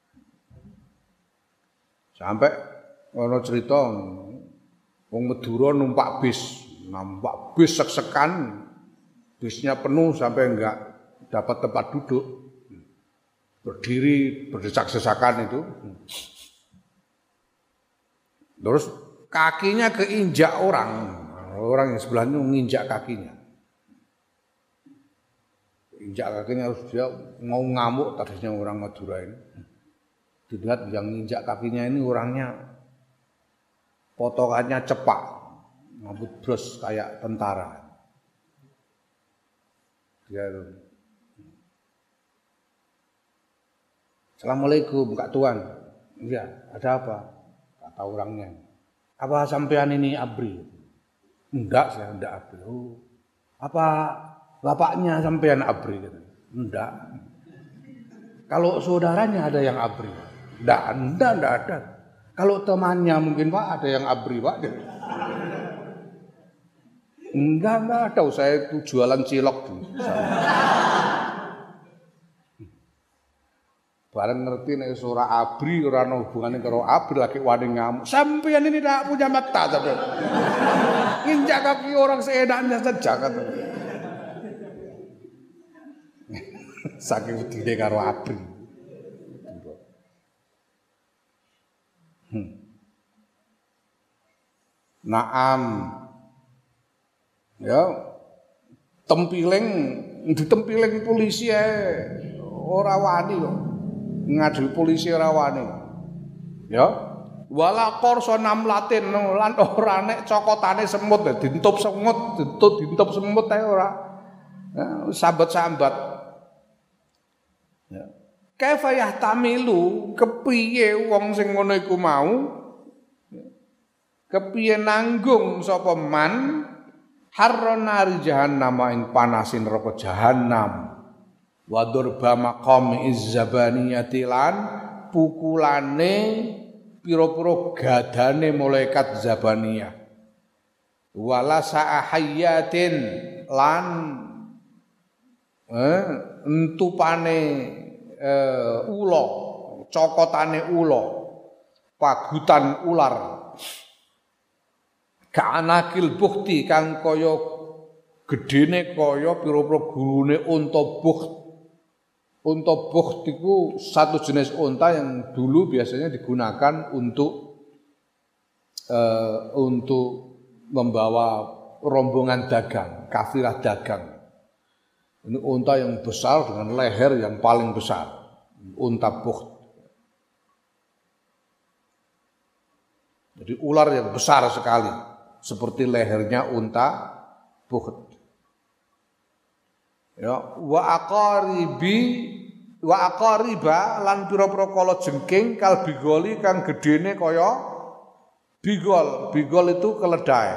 Sampai ono cerita wong Madura numpak bis sek-sekan. Bisnya penuh sampai enggak dapat tempat duduk, berdiri berdesak-desakan itu. Terus kakinya keinjak orang yang sebelahnya menginjak kakinya. Injak kakinya harus dia mau ngamuk tadinya orang Madura ini. Dilihat yang injak kakinya ini orangnya potongannya cepak, rambut bros kayak tentara. Ya. Assalamualaikum Kak Tuan. Iya, ada apa? Kata orangnya. Apa sampean ini ABRI? Enggak, saya enggak ABRI. Oh. Apa bapaknya sampean ABRI? Enggak. Kalau saudaranya ada yang ABRI? Enggak ada. Kalau temannya mungkin Pak ada yang ABRI Pak. Enggak ada, saya itu jualan cilok dulu. Bareng ngerti nek ora ABRI, ora ana hubungane karo ABRI lagi wani ngamuk. Sampeyan ini tidak punya mata sampeyan. Injak kaki orang seenaknya saja kata. Saking wedine karo ABRI. Naam. Ya, ditempiling polisi ora wani kok. Ngadu polisi ora wani. Ya. Wala qarsa namlatin lan ora nek cokotane semut dintup semut ae ora. Ya, sambat-sambat. Ya. Kaifa yahtamilu kepiye wong sing ngono iku mau? Kepiye nanggung sapa man harron nari jahannam ing panasin neraka jahannam wa durba maqami izzabaniyati lan pukulane pira-pira gadane malaikat zabaniyah wala sa'ahayatin lan entupane ula cokotane ula pagutan ular Ka'anakil bukti kang kaya gedene kaya pira-pira gulune unta bukht. Unta bukht iku satu jenis unta yang dulu biasanya digunakan untuk membawa rombongan dagang, kafilah dagang. Ini unta yang besar dengan leher yang paling besar, unta bukht. Jadi ular yang besar sekali. Seperti lehernya unta bukht. Ya, wa aqariba lan pira-pira kala jengking kal bigoli kang gedene kaya bigol. Bigol itu keledai.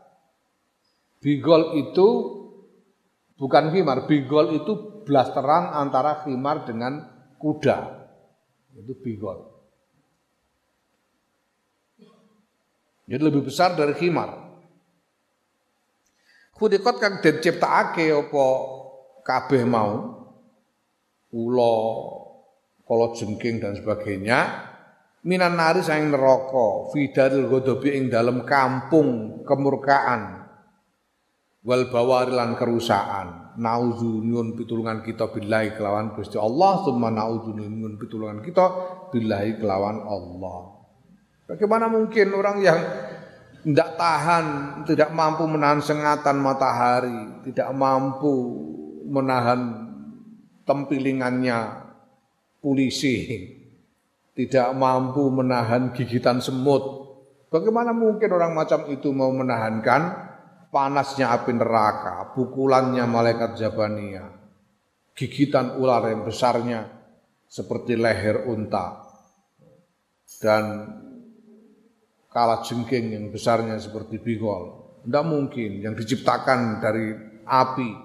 Bigol itu bukan khimar, bigol itu blasteran antara khimar dengan kuda. Itu bigol. Jadi lebih besar dari khimar. Khudikot kang den ciptakake apa kabeh mau, ula, kala jengking dan sebagainya, minan nari saing neraka, fidaril ghadabi ing dalem kampung kemurkaan, wal bawari lan kerusakan. Nauzu nyuwun pitulungan kita billahi kelawan Gusti Allah, summa nauzu nyuwun pitulungan kita billahi kelawan Allah. Bagaimana mungkin orang yang tidak tahan, tidak mampu menahan sengatan matahari, tidak mampu menahan tempilingannya polisi, tidak mampu menahan gigitan semut. Bagaimana mungkin orang macam itu mau menahankan panasnya api neraka, pukulannya malaikat Jabaniyah, gigitan ular yang besarnya seperti leher unta, dan kala jengking yang besarnya seperti bigol. Tidak mungkin, yang diciptakan dari api.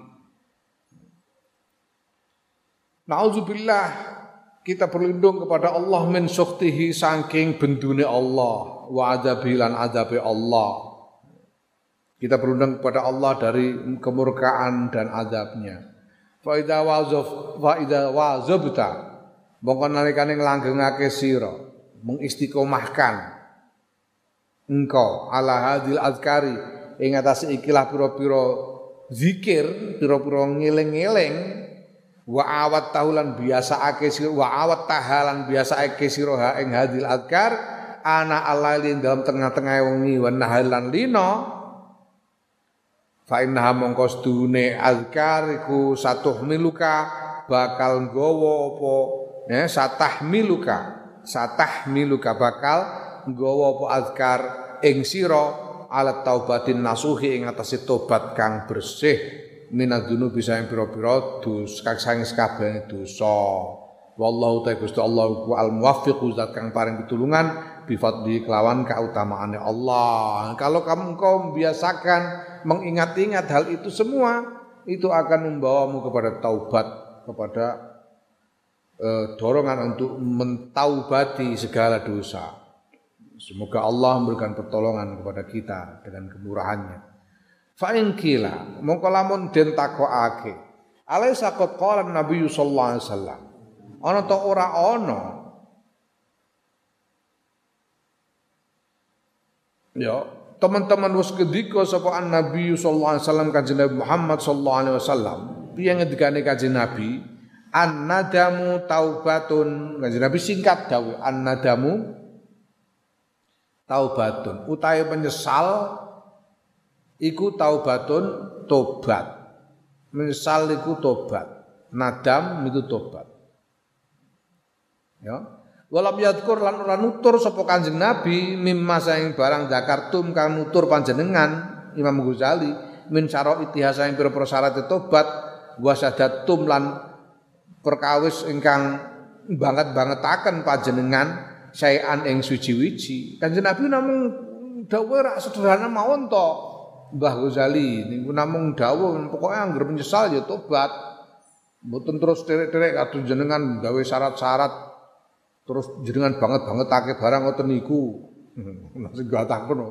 Nauzubillah, kita berlindung kepada Allah min sukhtihi saking bendune Allah, wa adzabi lan adzabe Allah. Kita berlindung kepada Allah dari kemurkaan dan azabnya. Fa idza wazabta, mongko nalikane nglanggengake sira, mengistiqomahkan engkau ala hadil azkari ing atase ikilah pira-pira zikir, pira-pira ngeling-eling. Wa awat tahulan biasaake sira, wa awat tahalan biasaake sira ing hadil azkar ana alailin dalam tengah-tengah wengi wa nahalan lino. Fa innaha mongko sedune azkar iku satuhmiluka bakal nggawa apa satahmiluka bakal nggawa apa azkar ing sira alat taubatin nasuhi ing atase tobat kang bersih minadzunu bisa yang pira-pira dosa saking sakabehane dosa. Wallahu ta'ala Gusti Allah al muwaffiqu zat kang paring pitulungan bi fadli kelawan kautamaane Allah. Kalau kamu engkau membiasakan mengingat-ingat hal itu semua, itu akan membawamu kepada taubat, kepada dorongan untuk mentaubati segala dosa. Semoga Allah memberikan pertolongan kepada kita dengan kemurahannya. Fa in qila mongko lamun den takokake alaisa qad qala Nabi sallallahu alaihi wasallam ana ta ora ana ya teman-teman wis kedika sapa Nabi sallallahu alaihi wasallam kanjeng Nabi Muhammad sallallahu alaihi wasallam piye ngendikane kanjeng Nabi an-nadamu taubatun kanjeng Nabi singkat dawuh an-nadamu taubatun utahe penyesal iku taubatun tobat. Menyesal iku tobat. Nadam itu tobat. Ya. Walam yadkur lan ora nutur sapa Kanjeng Nabi mimma saing barang zakartum kang nutur panjenengan Imam Ghazali min syara itihasa ing pira-pira syarat tobat wasadatum lan perkawis ingkang banget-bangetaken panjenengan saean ing suci-wiji. Kanjeng Nabi namung dawuh rak sederhana mawon to. Mbah Ghazali niku namung dawuh pokoke anggere menyesal ya tobat. Mboten terus terek-terek kados jenengan gawe syarat-syarat terus jenengan banget-bangetake barang ngoten niku. Sing gatah kono.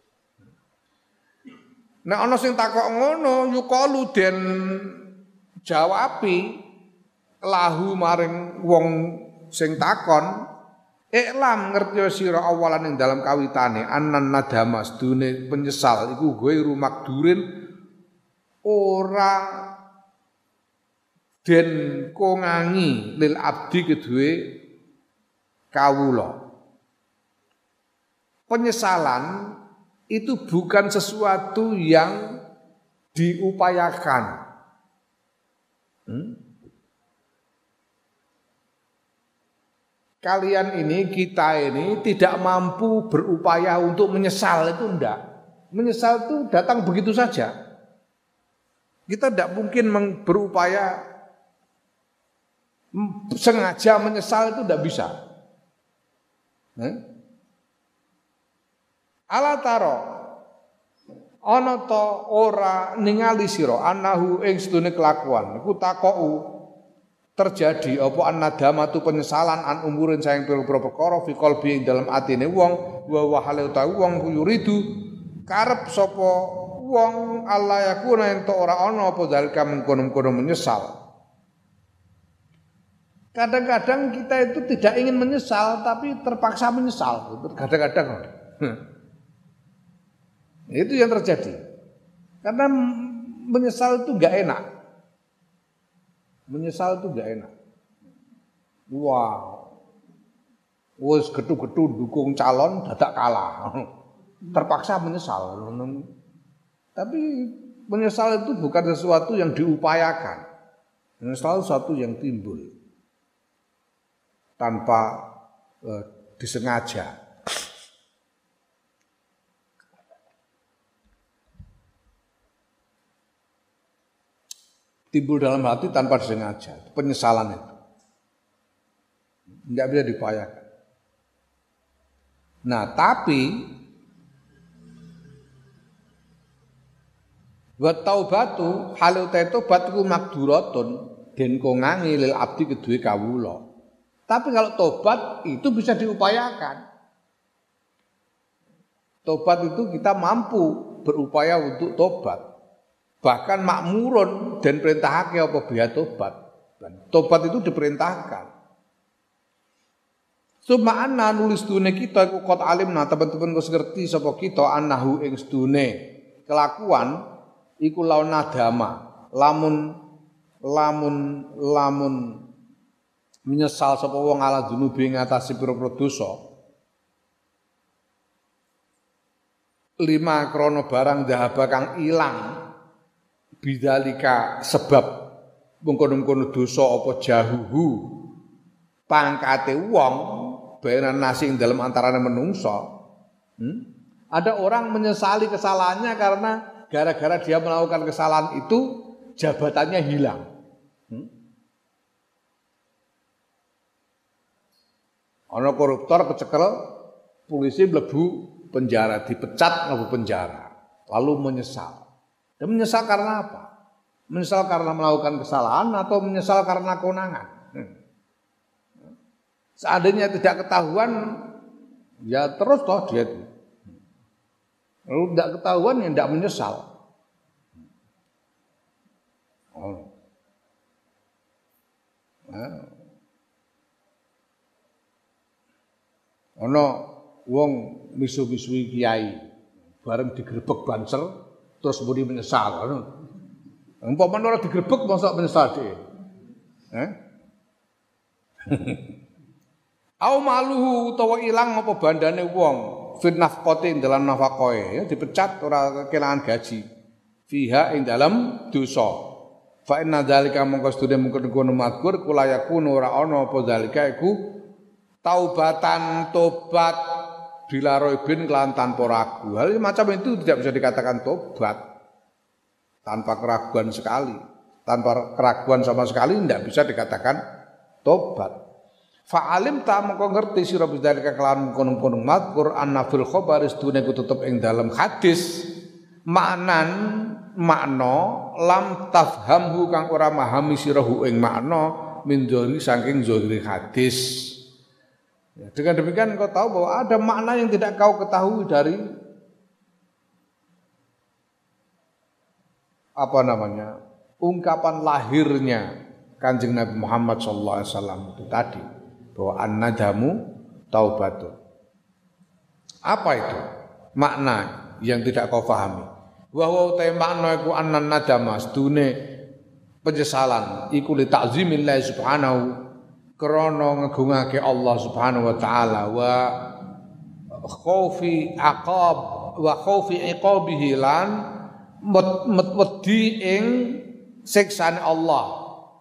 Nek ana sing takok ngono yukalu den jawabi lahu maring wong sing takon iklam ngerti sira awalan ing dalam kawitane anan nadama sedune penyesal iku ghairu makdurin ora den kongangi lil abdi kedue kawula. Penyesalan itu bukan sesuatu yang diupayakan. Kalian ini, kita ini tidak mampu berupaya untuk menyesal, itu enggak. Menyesal itu datang begitu saja. Kita tidak mungkin berupaya sengaja menyesal, itu tidak bisa. Ala taro ana ta ora ningali sira anahu ing sedune kelakuan iku takoku terjadi apa annadamatu penyesalan an umurin sayang pira-pira perkara fi qalbi ing dalam atine wong wa hale utawi wong yuridu karep sapa wong Allah yakuna ento ora ana apa dalika mengkono-kono menyesal. Kadang-kadang kita itu tidak ingin menyesal tapi terpaksa menyesal. Kadang-kadang itu yang terjadi. Karena menyesal itu enggak enak. Menyesal itu enggak enak. Wow. Wes getu-getu dukung calon dadak kalah. Terpaksa menyesal. Tapi menyesal itu bukan sesuatu yang diupayakan. Menyesal sesuatu yang timbul tanpa disengaja. Timbul dalam hati tanpa disengaja. Penyesalan itu tidak bisa diupayakan. Nah, tapi wa taubatu halu taubat iku makduratun den kongangi lil abdi kedue kawula. Tapi kalau tobat itu bisa diupayakan. Tobat itu kita mampu berupaya untuk tobat. Bahkan makmurun dan perintahake apa biya tobat. Dan tobat itu diperintahkan. Suma anna nulis dune kita iku qad alimna teman-teman wis ngerti sapa kita annahu ing sedune kelakuan iku laun nadama lamun menyesal sapa wong ala dunubi ngatasi pira-pira dosa. 5 krana barang dhahaba kang ilang bidzalika sebab mengkono-kono dosa apa jahuhu pangkate wong bayaran nasi ing dalam antarane menungso. Ada orang menyesali kesalahannya karena gara-gara dia melakukan kesalahan itu jabatannya hilang. Ana koruptor kecekel, polisi mlebu penjara, dipecat mlebu penjara, lalu menyesal. Dan menyesal karena apa? Menyesal karena melakukan kesalahan atau menyesal karena kewenangan? Seandainya tidak ketahuan, ya terus toh dia itu. Lalu tidak ketahuan ya tidak menyesal. Ono wong misu-misui kiai bareng digerebek banser terus muni menyesal. Umpamane ora digerebek mosok menyesal dhewe. Au maluhu utawa ilang apa bandane wong fit nafqati dalam nafaqoe ya dipecat ora kelangan gaji. Fiha ing dalam dosa. Fa inna dzalika mongko sedune mungkon mazkur kula yakun ora ana apa dzalika iku taubatan tobat bila roibin kelan tanpa ragu. Hal macam itu tidak bisa dikatakan tobat tanpa keraguan sekali. Tanpa keraguan sama sekali tidak bisa dikatakan tobat. Fa'alim ta mengko ngerti sira bidzalika kelan kono-kono mazkur anna fil khabar istune ku tetep ing dalam hadis makna lam tafhamhu kang ora memahami sirahu ing makna min dzori saking zahiri hadis. Ya, dengan demikian kau tahu bahwa ada makna yang tidak kau ketahui dari ungkapan lahirnya Kanjeng Nabi Muhammad SAW itu tadi bahwa an-nadamu taubatun. Apa itu makna yang tidak kau pahami? Wa ta makna iku annan nadama sedune penyesalan iku li ta'zimillah subhanahu krana ngegungake Allah Subhanahu wa taala wa khaufi iqabihi lan wedi ing siksane Allah.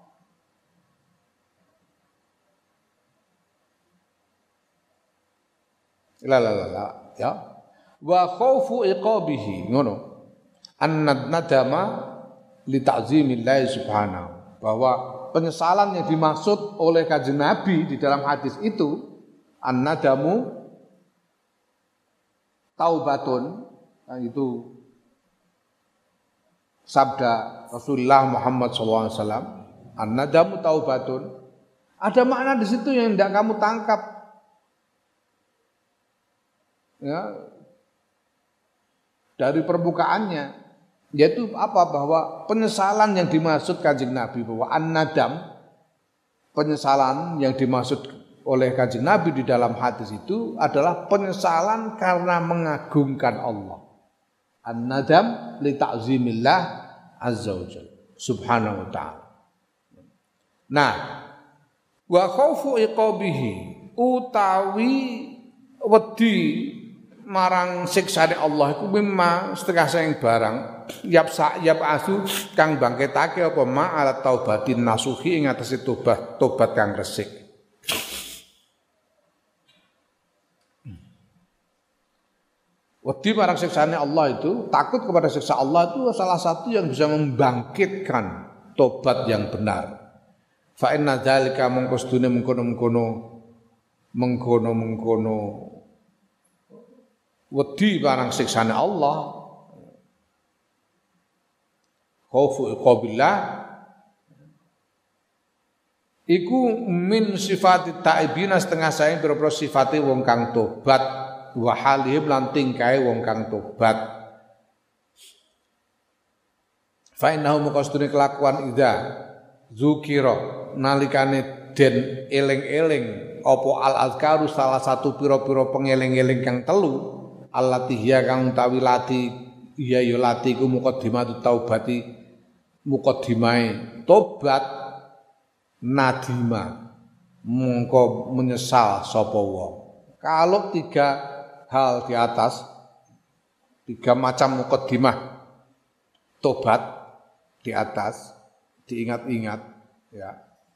La ya. Wa khaufu iqabihi ngono. An-nadama li ta'zimillah subhanahu, bahwa penyesalan yang dimaksud oleh Kanjeng Nabi di dalam hadis itu an-nadamu taubatun, itu sabda Rasulullah Muhammad SAW, an-nadamu taubatun. Ada makna di situ yang tidak kamu tangkap. Ya, dari permukaannya, yaitu apa? Bahwa penyesalan yang dimaksud Kanjeng Nabi, bahwa an-nadam, penyesalan yang dimaksud oleh Kanjeng Nabi di dalam hadis itu adalah penyesalan karena mengagungkan Allah. An-nadam li ta'zimillah azza wa jalla subhanahu wa ta'ala. Nah, wa khaufu iqabihi, utawi wedi marang siksane Allah iku mimma setengah saing barang yap asu kang bangkitake apa ma ala taubatin nasuhi ing atase tobat kang resik. Wedi marang siksane Allah itu, takut kepada siksa Allah itu salah satu yang bisa membangkitkan tobat yang benar. Fa inna dzalika mongko sedune mengkono wedi marang siksane Allah, khaufu iqabillah, iku min sifati ta'ibina setengah saing pira-pira sifate wong kang tobat, wa halihim lan tingkae wong kang tobat. Fa innahu maqastune kelakuan idza zukira nalikane den eling-eling apa al-azkaru salah satu pira-pira pengeling-eling kang telu, allati hiya kang utawi lati ya lati ku muqaddimatu taubati, muqaddimae tobat, nadima mongko menyesal sapa wong. Kalau tiga hal di atas, tiga macam muqaddimah tobat di atas diingat-ingat ya.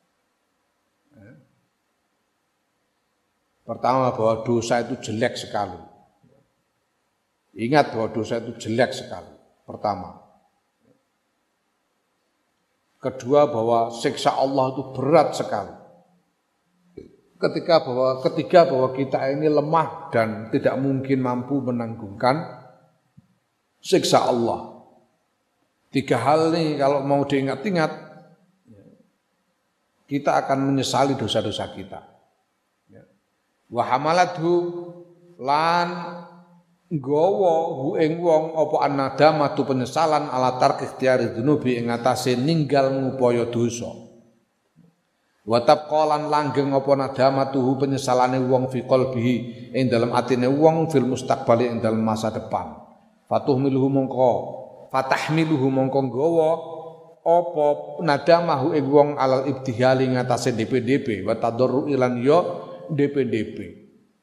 Pertama, bahwa dosa itu jelek sekali. Ingat bahwa dosa itu jelek sekali. Pertama. Kedua, bahwa siksa Allah itu berat sekali. Ketiga, bahwa kita ini lemah dan tidak mungkin mampu menanggungkan siksa Allah. Tiga hal ini kalau mau diingat-ingat, kita akan menyesali dosa-dosa kita. Wa hamalathu lan nggawa hu ing wong apa annadamatu penyesalan ala tark ikhtiyari dzunubi ing atase ninggal ngupaya dosa. Wa tabqalan langgeng apa nadamatuhu penyesalane wong fi qalbihi ing dalam atine wong fil mustaqbali ing dalam masa depan. Fatahmiluhu mongko nggawa apa nadamahu ing wong alal ibtihali ing atase DPDP wa tadarru ilan yo DPDP.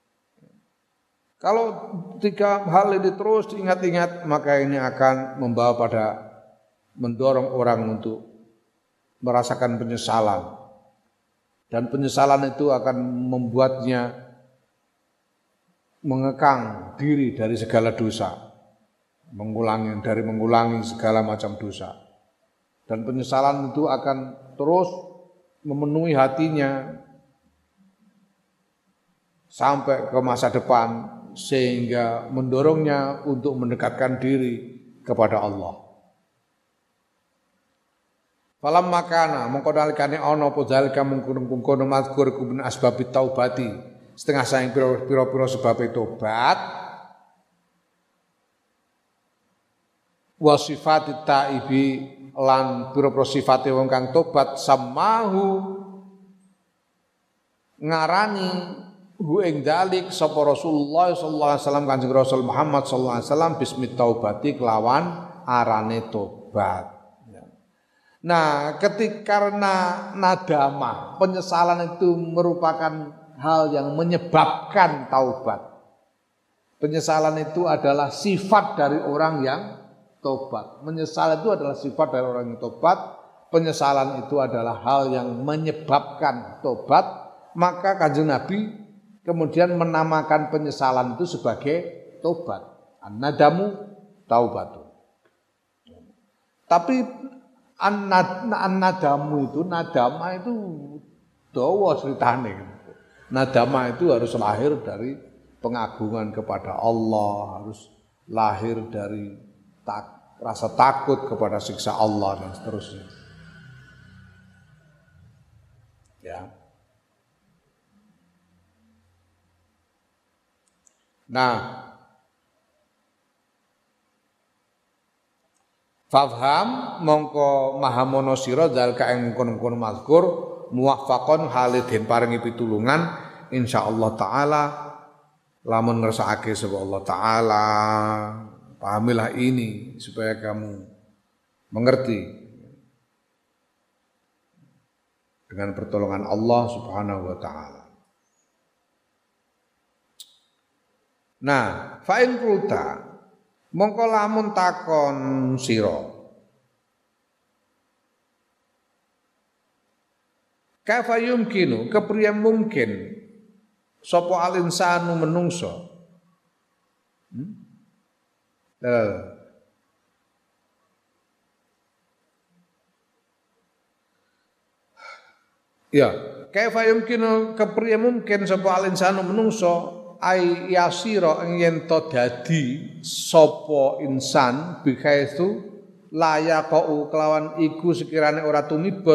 Kalau tiga hal ini terus diingat-ingat, maka ini akan membawa pada mendorong orang untuk merasakan penyesalan. Dan penyesalan itu akan membuatnya mengekang diri dari segala dosa, mengulangi segala macam dosa. Dan penyesalan itu akan terus memenuhi hatinya sampai ke masa depan, sehingga mendorongnya untuk mendekatkan diri kepada Allah. Falam makana mongko nalikane ana apa zalika mungkon mazkur kubun asbabit taubati, setengah saing pira-pira sebab tobat, wa sifatit taibi lan pira-pira sifate wong kang tobat, samahu ngarani hu ing dalik sapa Rasulullah sallallahu alaihi wasallam, Kanjeng Rasul Muhammad sallallahu alaihi wasallam, bismi taubati kelawan arane tobat. Nah, karena nadamah, penyesalan itu merupakan hal yang menyebabkan taubat. Penyesalan itu adalah sifat dari orang yang tobat. Menyesal itu adalah sifat dari orang yang tobat. Penyesalan itu adalah hal yang menyebabkan tobat. Maka Kanjeng Nabi kemudian menamakan penyesalan itu sebagai tobat. An-nadamu taubatu. Tapi Nadamu itu, nadama itu dawa ceritane. Nadama itu harus lahir dari pengagungan kepada Allah, harus lahir dari rasa takut kepada siksa Allah dan seterusnya. Ya. Nah, fafham mongko mahamono sira zalika ing mungkon-mungkon mazkur muwaffaqon halidin paringi pitulungan insyaallah taala lamun ngersakake sapa Allah taala. Pahamilah ini supaya kamu mengerti dengan pertolongan Allah Subhanahu wa taala. Nah, fa in qulta mongko lamun takon sira kaifa yumkinu kepriye mungkin sapa alinsanu menungso ya kaifa yumkinu kepriye mungkin sapa alinsanu menungso ai yasira yen to dadi sapa insan bikaitu layaqau kelawan iku sekirane ora tumiba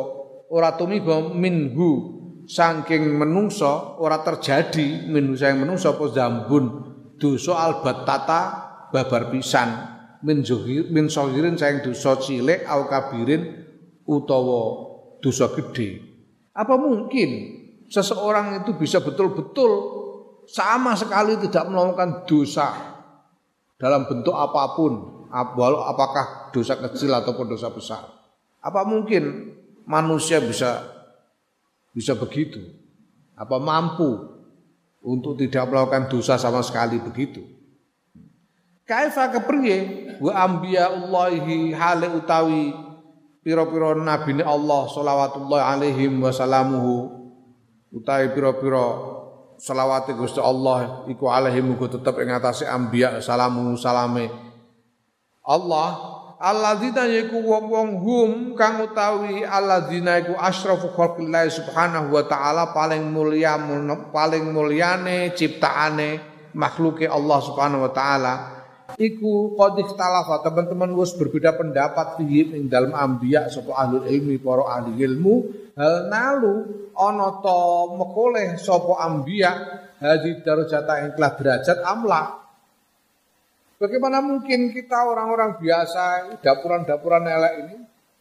minhu saking menungso ora terjadi minhu saking menungso apa zambun dosa albatata babar pisan min sahirin saking dosa cilik au kabirin utawa dosa gede. Apa mungkin seseorang itu bisa betul-betul sama sekali tidak melakukan dosa dalam bentuk apapun, apakah dosa kecil ataupun dosa besar? Apa mungkin manusia bisa begitu? Apa mampu untuk tidak melakukan dosa sama sekali begitu? Kaifa kepriye wa anbiya'ullahi hale utawi pira-pira nabine Allah shalawatullahi alaihim wa salamuhu utawi pira-pira selawate Gusti Allah iku alaihi muga tetep ing atase anbiya salamu salame Allah alladzina iku wong-wong hum kang utawi alladzina iku asyrafu khalqillah subhanahu wa taala paling mulyane ciptaane makhluke Allah subhanahu wa taala iku qad ikhtalafa teman-teman wis berbeda pendapat fihi ing dalem anbiya sapa ahlul ilmi para ahli ilmu hal nalu ana ta mekoleh sapa anbiya hadi darajata ing kelas derajat amla. Bagaimana mungkin kita orang-orang biasa dapuran-dapuran elek ini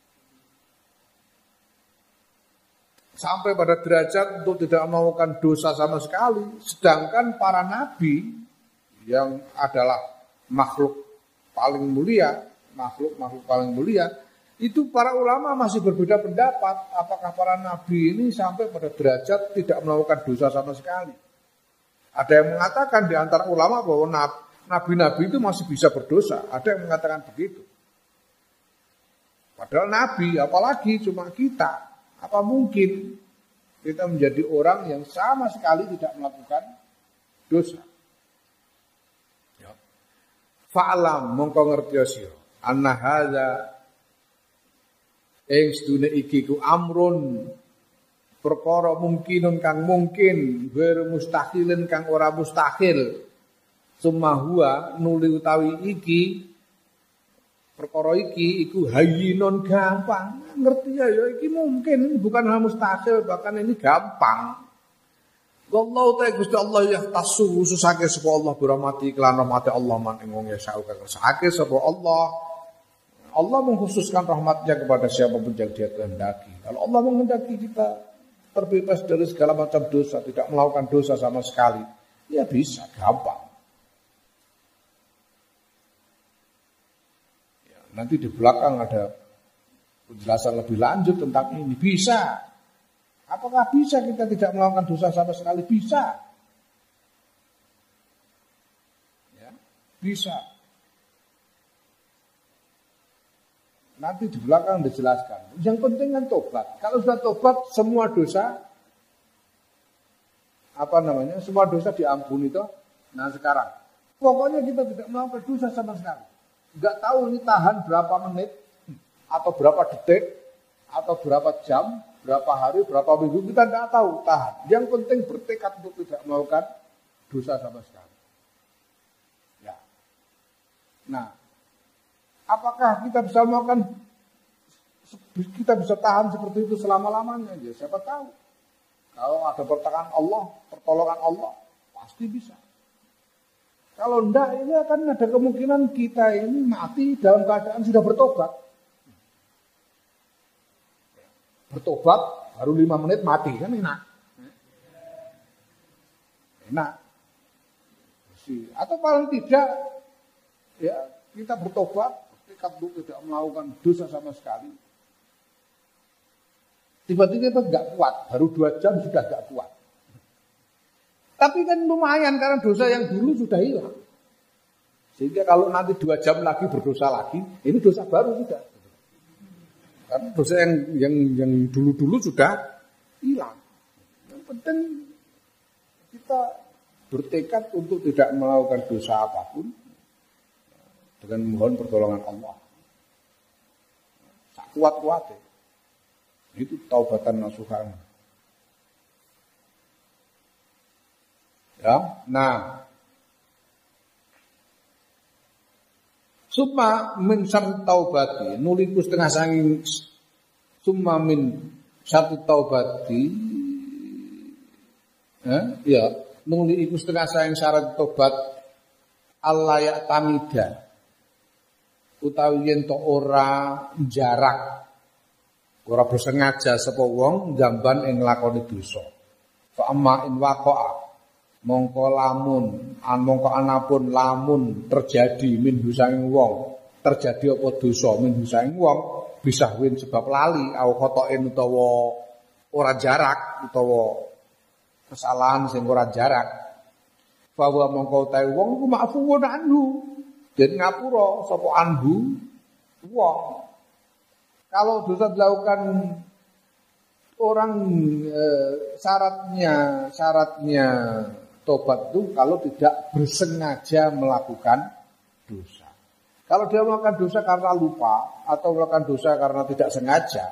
sampai pada derajat untuk tidak melakukan dosa sama sekali, sedangkan para nabi yang adalah makhluk paling mulia, makhluk paling mulia, itu para ulama masih berbeda pendapat apakah para nabi ini sampai pada derajat tidak melakukan dosa sama sekali. Ada yang mengatakan di antara ulama bahwa nabi-nabi itu masih bisa berdosa, ada yang mengatakan begitu. Padahal nabi, apalagi cuma kita, apa mungkin kita menjadi orang yang sama sekali tidak melakukan dosa? Fa'lam mongko ngerti sira anna hadza ing sedune iki ku amrun perkara mungkinun kang mungkin ghairu mustahilin kang ora mustahil summa huwa nuli utawi iki perkara iki iku hayyinun gampang ngerti ya iki mungkin bukan hal mustahil bahkan ini gampang. Wallahu ta'ala Gusti Allah ya tasu khususake sapa Allah birahmati kelan rahmate Allah man ing wong ya sauka kersake sapa Allah. Allah mengkhususkan rahmatnya kepada siapapun yang dia kehendaki. Kalau Allah menghendaki kita terbebas dari segala macam dosa, tidak melakukan dosa sama sekali, ya bisa, gampang. Ya, nanti di belakang ada penjelasan lebih lanjut tentang ini. Bisa. Apakah bisa kita tidak melakukan dosa sama sekali? Bisa. Ya, bisa. Nanti di belakang dijelaskan. Yang penting kan tobat. Kalau sudah tobat, semua dosa, semua dosa diampuni toh. Nah sekarang, pokoknya kita tidak melakukan dosa sama sekali. Enggak tahu ini tahan berapa menit. atau berapa detik, atau berapa jam, berapa hari, berapa minggu, kita tidak tahu, tahan. Yang penting bertekad untuk tidak melakukan dosa sama sekali. Ya. Nah, apakah kita bisa melakukan, kita bisa tahan seperti itu selama-lamanya? Ya, siapa tahu. Kalau ada pertolongan Allah, pasti bisa. Kalau enggak, ini akan ada kemungkinan kita ini mati dalam keadaan sudah bertobat. Bertobat, baru 5 menit mati, kan enak. Enak. Atau paling tidak, ya kita bertobat, tekad untuk tidak melakukan dosa sama sekali. Tiba-tiba kita nggak kuat, baru 2 jam sudah nggak kuat. Tapi kan lumayan karena dosa yang dulu sudah hilang. Sehingga kalau nanti 2 jam lagi berdosa lagi, ini dosa baru sudah. Karena dosa yang dulu-dulu sudah hilang. Yang penting kita bertekad untuk tidak melakukan dosa apapun dengan mohon pertolongan Allah. Tak kuat-kuatnya. Itu taubatan nasuhan. Ya, nah, summa min syarti taubati, nuliku setengah sanging summa min syarti taubati, ya, nuliku setengah sanging syarat taubat Allah ya tamida, utawi yen to ora jarak, ora bersengaja sapa wong jamban ing lakoni dosa. Fa amma in waqa'a mongko anapun lamun terjadi min husanging wong, terjadi apa dosa min husanging wong bisa win sebab lali au khotoen utawa ora jarak utawa kesalahan sing ora jarak, fa wa mongko utahe wong ku maafuun anhu, den ngapura sapa anhu wong. Kalau dosa dilakukan orang, syaratnya tobat itu kalau tidak bersengaja melakukan dosa. Kalau dia melakukan dosa karena lupa atau melakukan dosa karena tidak sengaja,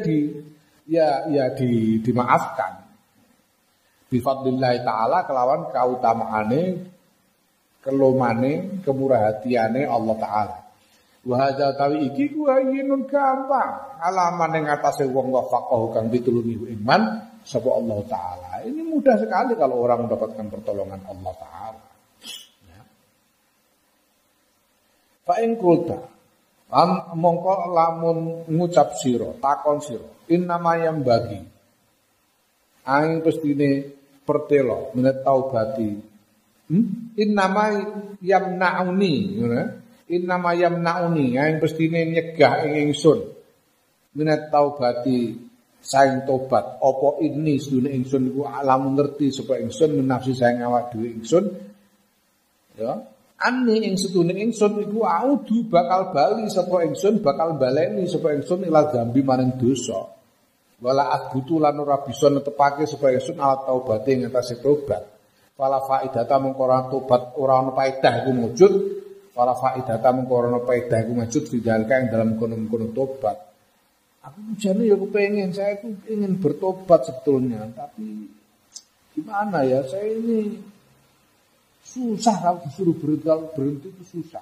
dimaafkan. Bi fadlillah taala kelawan kautamaane, kelomane, kemurahatiane Allah taala. Wa hadza tawi iki ku ayinun gampang alaman ing atase wong wafaqahu kang pitulungi iman sapa Allah taala. Ini mudah sekali kalau orang mendapatkan pertolongan Allah taala. Ya. Fa in qulta mongko lamun ngucap sira, takon sira, innama yang bagi aing pestine pertelo menet taubati. Innama yamnauni, ngono. Innama yamnauni yang pestine nyegah ing ingsun minat taubati saing tobat apa ini sedune ingsun iku alam ngerti supaya ingsun menafsi saing awak dhewe ingsun ya ani ing sedune ingsun iku audu bakal bali sapa ingsun bakal baleni sapa ingsun ila zambi maring dosa wala adbutu lan ora bisa netepake supaya ingsun ala taubate ing atase tobat fala faidata mung ora tobat ora ana faedah iku wujud. Para faidata mengkorono faedah iku majud fidalka yang dalam kono-kono tobat. Aku jane ya kepengen, saya itu ingin bertobat sebetulnya, tapi gimana ya, saya ini susah kalau disuruh berhenti itu susah.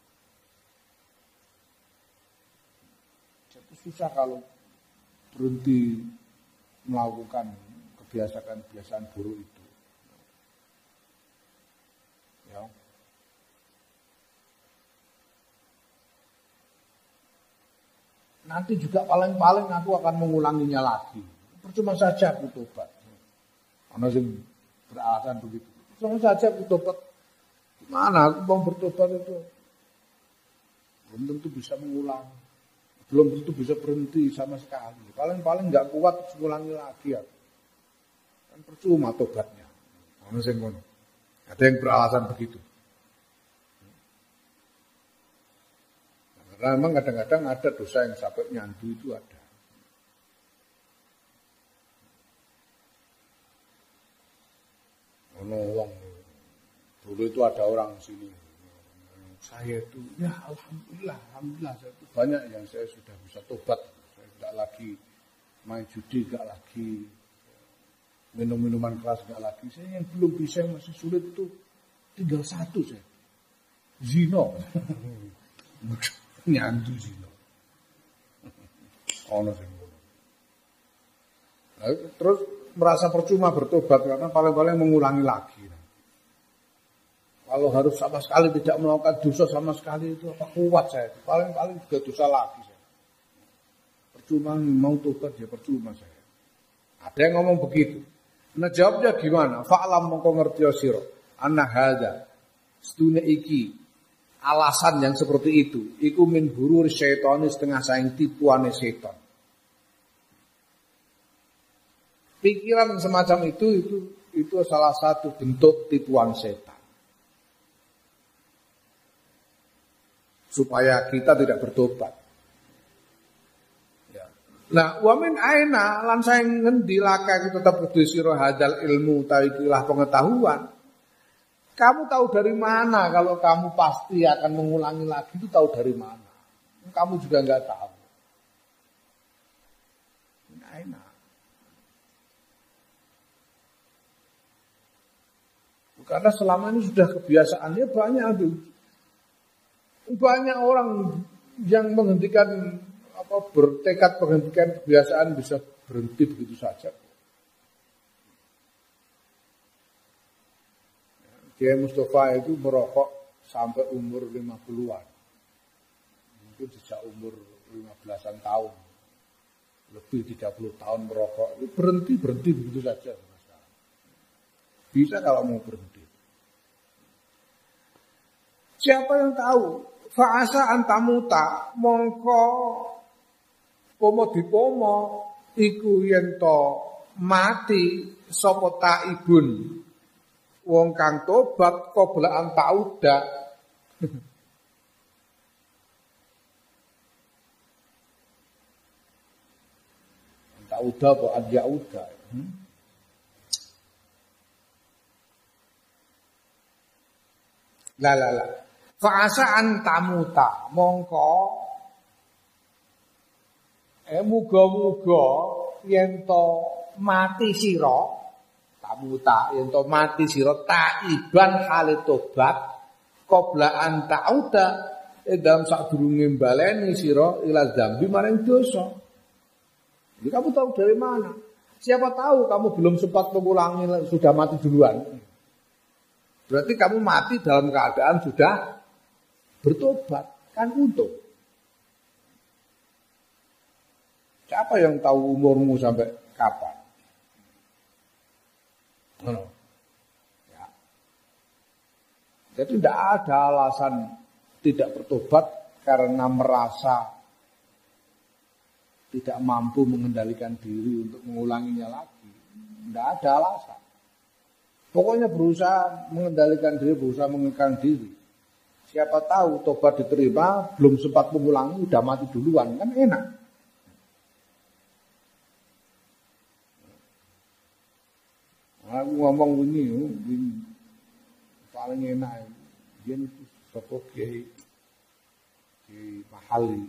Jadi susah kalau berhenti melakukan kebiasaan-kebiasaan buruk itu. Ya. Nanti juga paling-paling aku akan mengulanginya lagi. Percuma saja aku tobat. Karena sing beralasan begitu. Percuma saja aku tobat. Gimana aku mau bertobat itu? Belum tentu bisa mengulang. Belum tentu bisa berhenti sama sekali. Paling-paling nggak kuat mengulangi lagi aku. Kan percuma tobatnya. Karena sing ngono. Ada yang beralasan begitu. Karena memang kadang-kadang ada dosa yang sampai nyandu itu ada. Ono wong dulu itu ada orang sini saya itu ya alhamdulillah saya itu banyak yang saya sudah bisa tobat. Saya tidak lagi main judi, tidak lagi minum-minuman keras, tidak lagi. Saya yang belum bisa masih sulit itu tinggal satu saya. Zino. Nyandu zino. Ono sing ngono. Terus merasa percuma bertobat karena paling-paling mengulangi lagi. Kalau harus sama sekali tidak melakukan dosa sama sekali itu apa kuat saya. Paling-paling juga dosa lagi saya. Percuma mau tobat ya percuma saya. Ada yang ngomong begitu. Nah jawabnya gimana? Fa'lam mongko ngerti sira anna hadza stune iki alasan yang seperti itu iku min gurur syaitan setengah saing tipuane setan. Pikiran semacam itu salah satu bentuk tipuan setan. Supaya kita tidak bertobat. Ya. Nah, wa min aina lan saing ngendi laka tetap kudu sira hadal ilmu utawi ikilah pengetahuan. Kamu tahu dari mana kalau kamu pasti akan mengulangi lagi itu tahu dari mana? Kamu juga enggak tahu. Min aina. Karena selama ini sudah kebiasaannya banyak orang yang menghentikan bertekad menghentikan kebiasaan bisa berhenti begitu saja. Kiai Mustafa itu merokok sampai umur 50-an. Mungkin sejak umur 15-an tahun. Lebih 30 tahun merokok. Itu berhenti begitu saja. Bisa kalau mau berhenti. Siapa yang tahu? Fa'asa antamuta mongko pomo dipomo iku yen to mati sapa taibun wong kang tobat qoblaan tauda. Tauda apa adyauda? La. Fa'asa'an tamuta mongko muga-muga yen to mati sira tamuta yen to mati sira taiban hale tobat qoblaan ta'uda dalam sadurunge baleni sira ila dzambi maring dosa. Jadi kamu tahu dari mana? Siapa tahu kamu belum sempat mengulangi sudah mati duluan. Berarti kamu mati dalam keadaan sudah bertobat, kan untung. Siapa yang tahu umurmu sampai kapan? Ya. Jadi tidak ada alasan tidak bertobat karena merasa tidak mampu mengendalikan diri untuk mengulanginya lagi. Tidak ada alasan. Pokoknya berusaha mengendalikan diri, berusaha mengendalikan diri. Siapa tahu tobat diterima, belum sempat mengulangi, udah mati duluan, kan enak. Aku ngomong ini paling enak. Dia itu sapa kiai Mahali.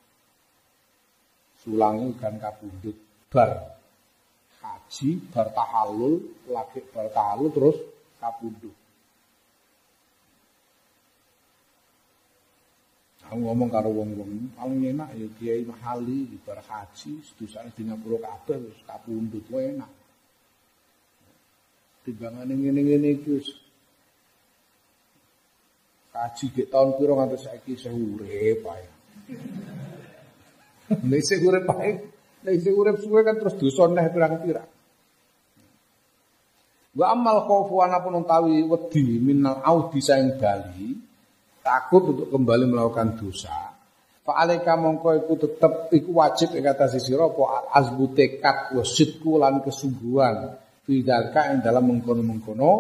Sulangi kan kabundut bar haji, bar tahallul, lagi bar tahallul terus kabundut. Aku ngomong karo wong-wong paling enak ya Kiai Mahali bar haji sedusane di ngapura kabeh wis kapundhut wae enak. Timbangane ngene-ngene iki wis kaji gek taun pira nganti saiki isih urip ae. Nek isih urip ae, nek isih urip suwe kan terus dosa neh pirang-pirang. Wa amal khaufu anapun utawi wedi minal audi saing bali takut untuk kembali melakukan dosa. Fa'alaika mongko iku tetep iku wajib ing atas sira apa azbu tekad wasidku lan kesungguhan fidalka ing dalam mengkono-mengkono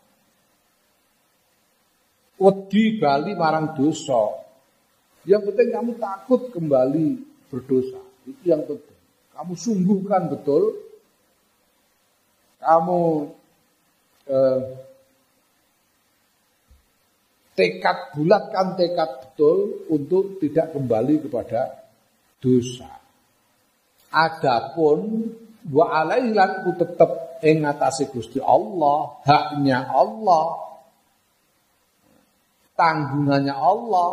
wedi bali marang dosa. Yang penting kamu takut kembali berdosa. Itu yang penting. Kamu sungguhkan betul. Kamu tekad bulat kan tekad betul untuk tidak kembali kepada dosa. Adapun wa alaihi lan ku tetep ing ngatasé Gusti Allah, haknya Allah, tanggungannya Allah.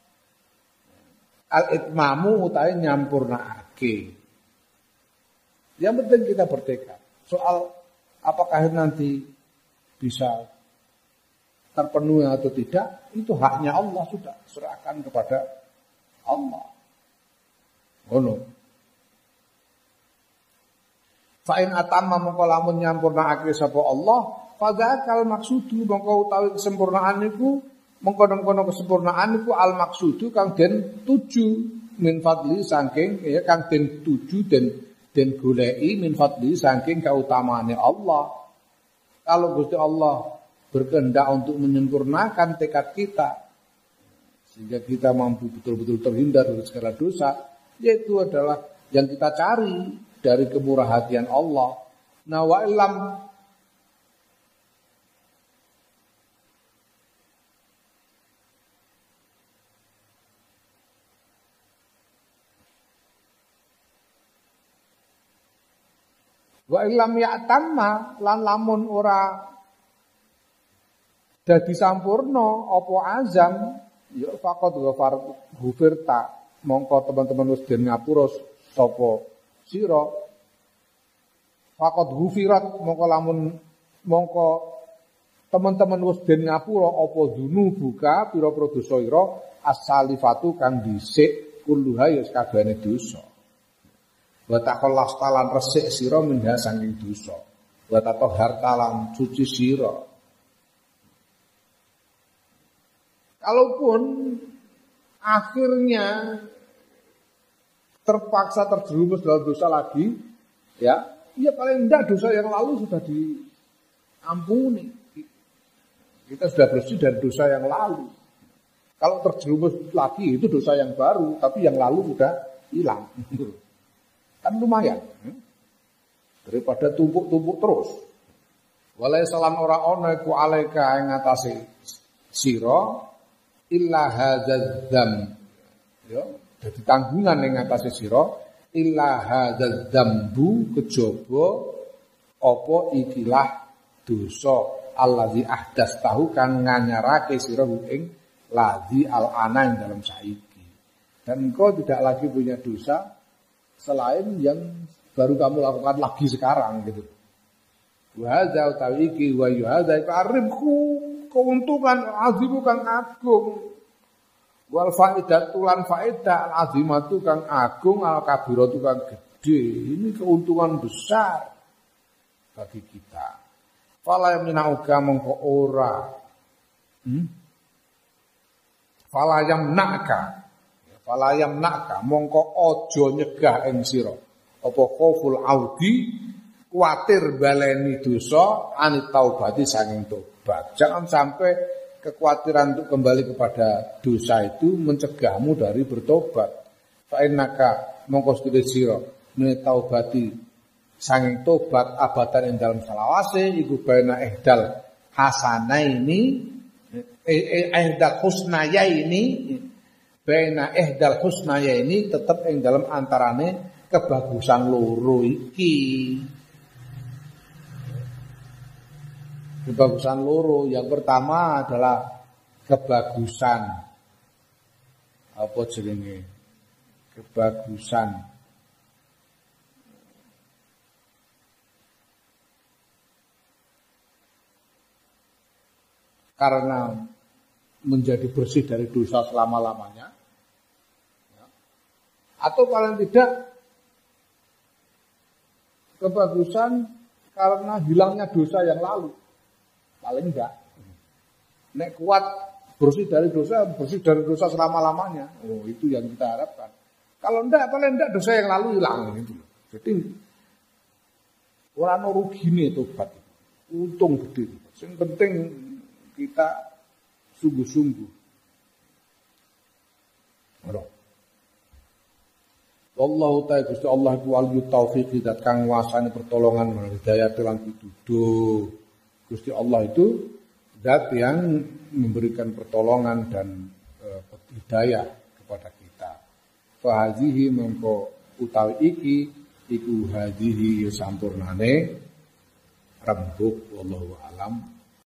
Al-itmamu utawi nyampurnakake. Yang penting kita bertekad. Soal apakah nanti bisa terpenuhi atau tidak, itu haknya Allah, sudah serahkan kepada Allah. Ngono. Fa in atamma mongko lamun nyampurnakake sapa Allah, fadzakal maksudu mongko utawi kesempurnaan niku mengkono-kono kesempurnaan iku al maksudu kang den tuju min fadli saking ya kang den tuju den goleki min fadli saking kautamaane Allah. Kalau Gusti Allah berkehendak untuk menyempurnakan tekad kita sehingga kita mampu betul-betul terhindar dari segala dosa, yaitu adalah yang kita cari dari kemurahhatian Allah. Nah wa illam wa illam ya'tamma lan lamun ora dadi sampurna apa azam ya faqad ghufirta mongko teman-teman wis den ngapura sapa sira faqad ghufirat mongko teman-teman wis den ngapura apa dzunubuka pira-pira dosa ira as-salifatu kang dhisik kulluha ya sakabehane dosa. Wa taqallas talan resik sira minha saking dosa. Wa tatahhar talan suci sira. Kalaupun akhirnya terpaksa terjerumus dalam dosa lagi, ya paling tidak dosa yang lalu sudah diampuni. Kita sudah bersih dari dosa yang lalu. Kalau terjerumus lagi itu dosa yang baru, tapi yang lalu sudah hilang. Kan lumayan. Daripada tumpuk-tumpuk terus. Walai salan ora ana iku alaika ing atase sira illa hadzam. Ya, dadi tanggungan ing atase sira illa hadzambu kejaba apa ikilah dosa allazi ahdas tahu kang nganyarake sira ing ladzi al-ana dalam saiki. Dan engkau tidak lagi punya dosa selain yang baru kamu lakukan lagi sekarang gitu. Wa hadza utawi iki wa hadza qaribku keuntungan azimu kang agung. Wal faidatu lan faedah al azimatu kang agung al kabiratu kang gede. Ini keuntungan besar bagi kita. Fala yamna'uka mongko ora. Fala yamna'ka mongko aja nyegah ing sira apa khauful audi kuatir baleni dosa anit taubati saking tobat. Jangan sampai kekhawatiran untuk kembali kepada dosa itu mencegahmu dari bertobat. Fa innaka mongko sedhe sira menawi taubati saking tobat abadan ing dalem salawase iku baina ihdal hasanaini ihdal husnayaini baina ihdal husnayaini tetep ing dalem antarane kebagusan loro iki. Kebagusan loro yang pertama adalah kebagusan apa jenenge? Kebagusan karena menjadi bersih dari dosa selama-lamanya. Atau paling tidak kebagusan karena hilangnya dosa yang lalu. Paling enggak. Nek kuat bersih dari dosa selama-lamanya. Oh, itu yang kita harapkan. Kalau enggak, paling enggak dosa yang lalu hilang gitu. Jadi ora ono rugine tobat. Untung gede. Yang penting kita sungguh-sungguh. Wallahu ta'ala Gusti Allah iku waliyut taufiq dat kang wasane pertolongan hidayah lan pituduh. Gusti Allah itu zat yang memberikan pertolongan dan hidayah kepada kita. Fa hadhihi mengko utawi iki iku hadhihi ya sampurnane rembug wallahu alam.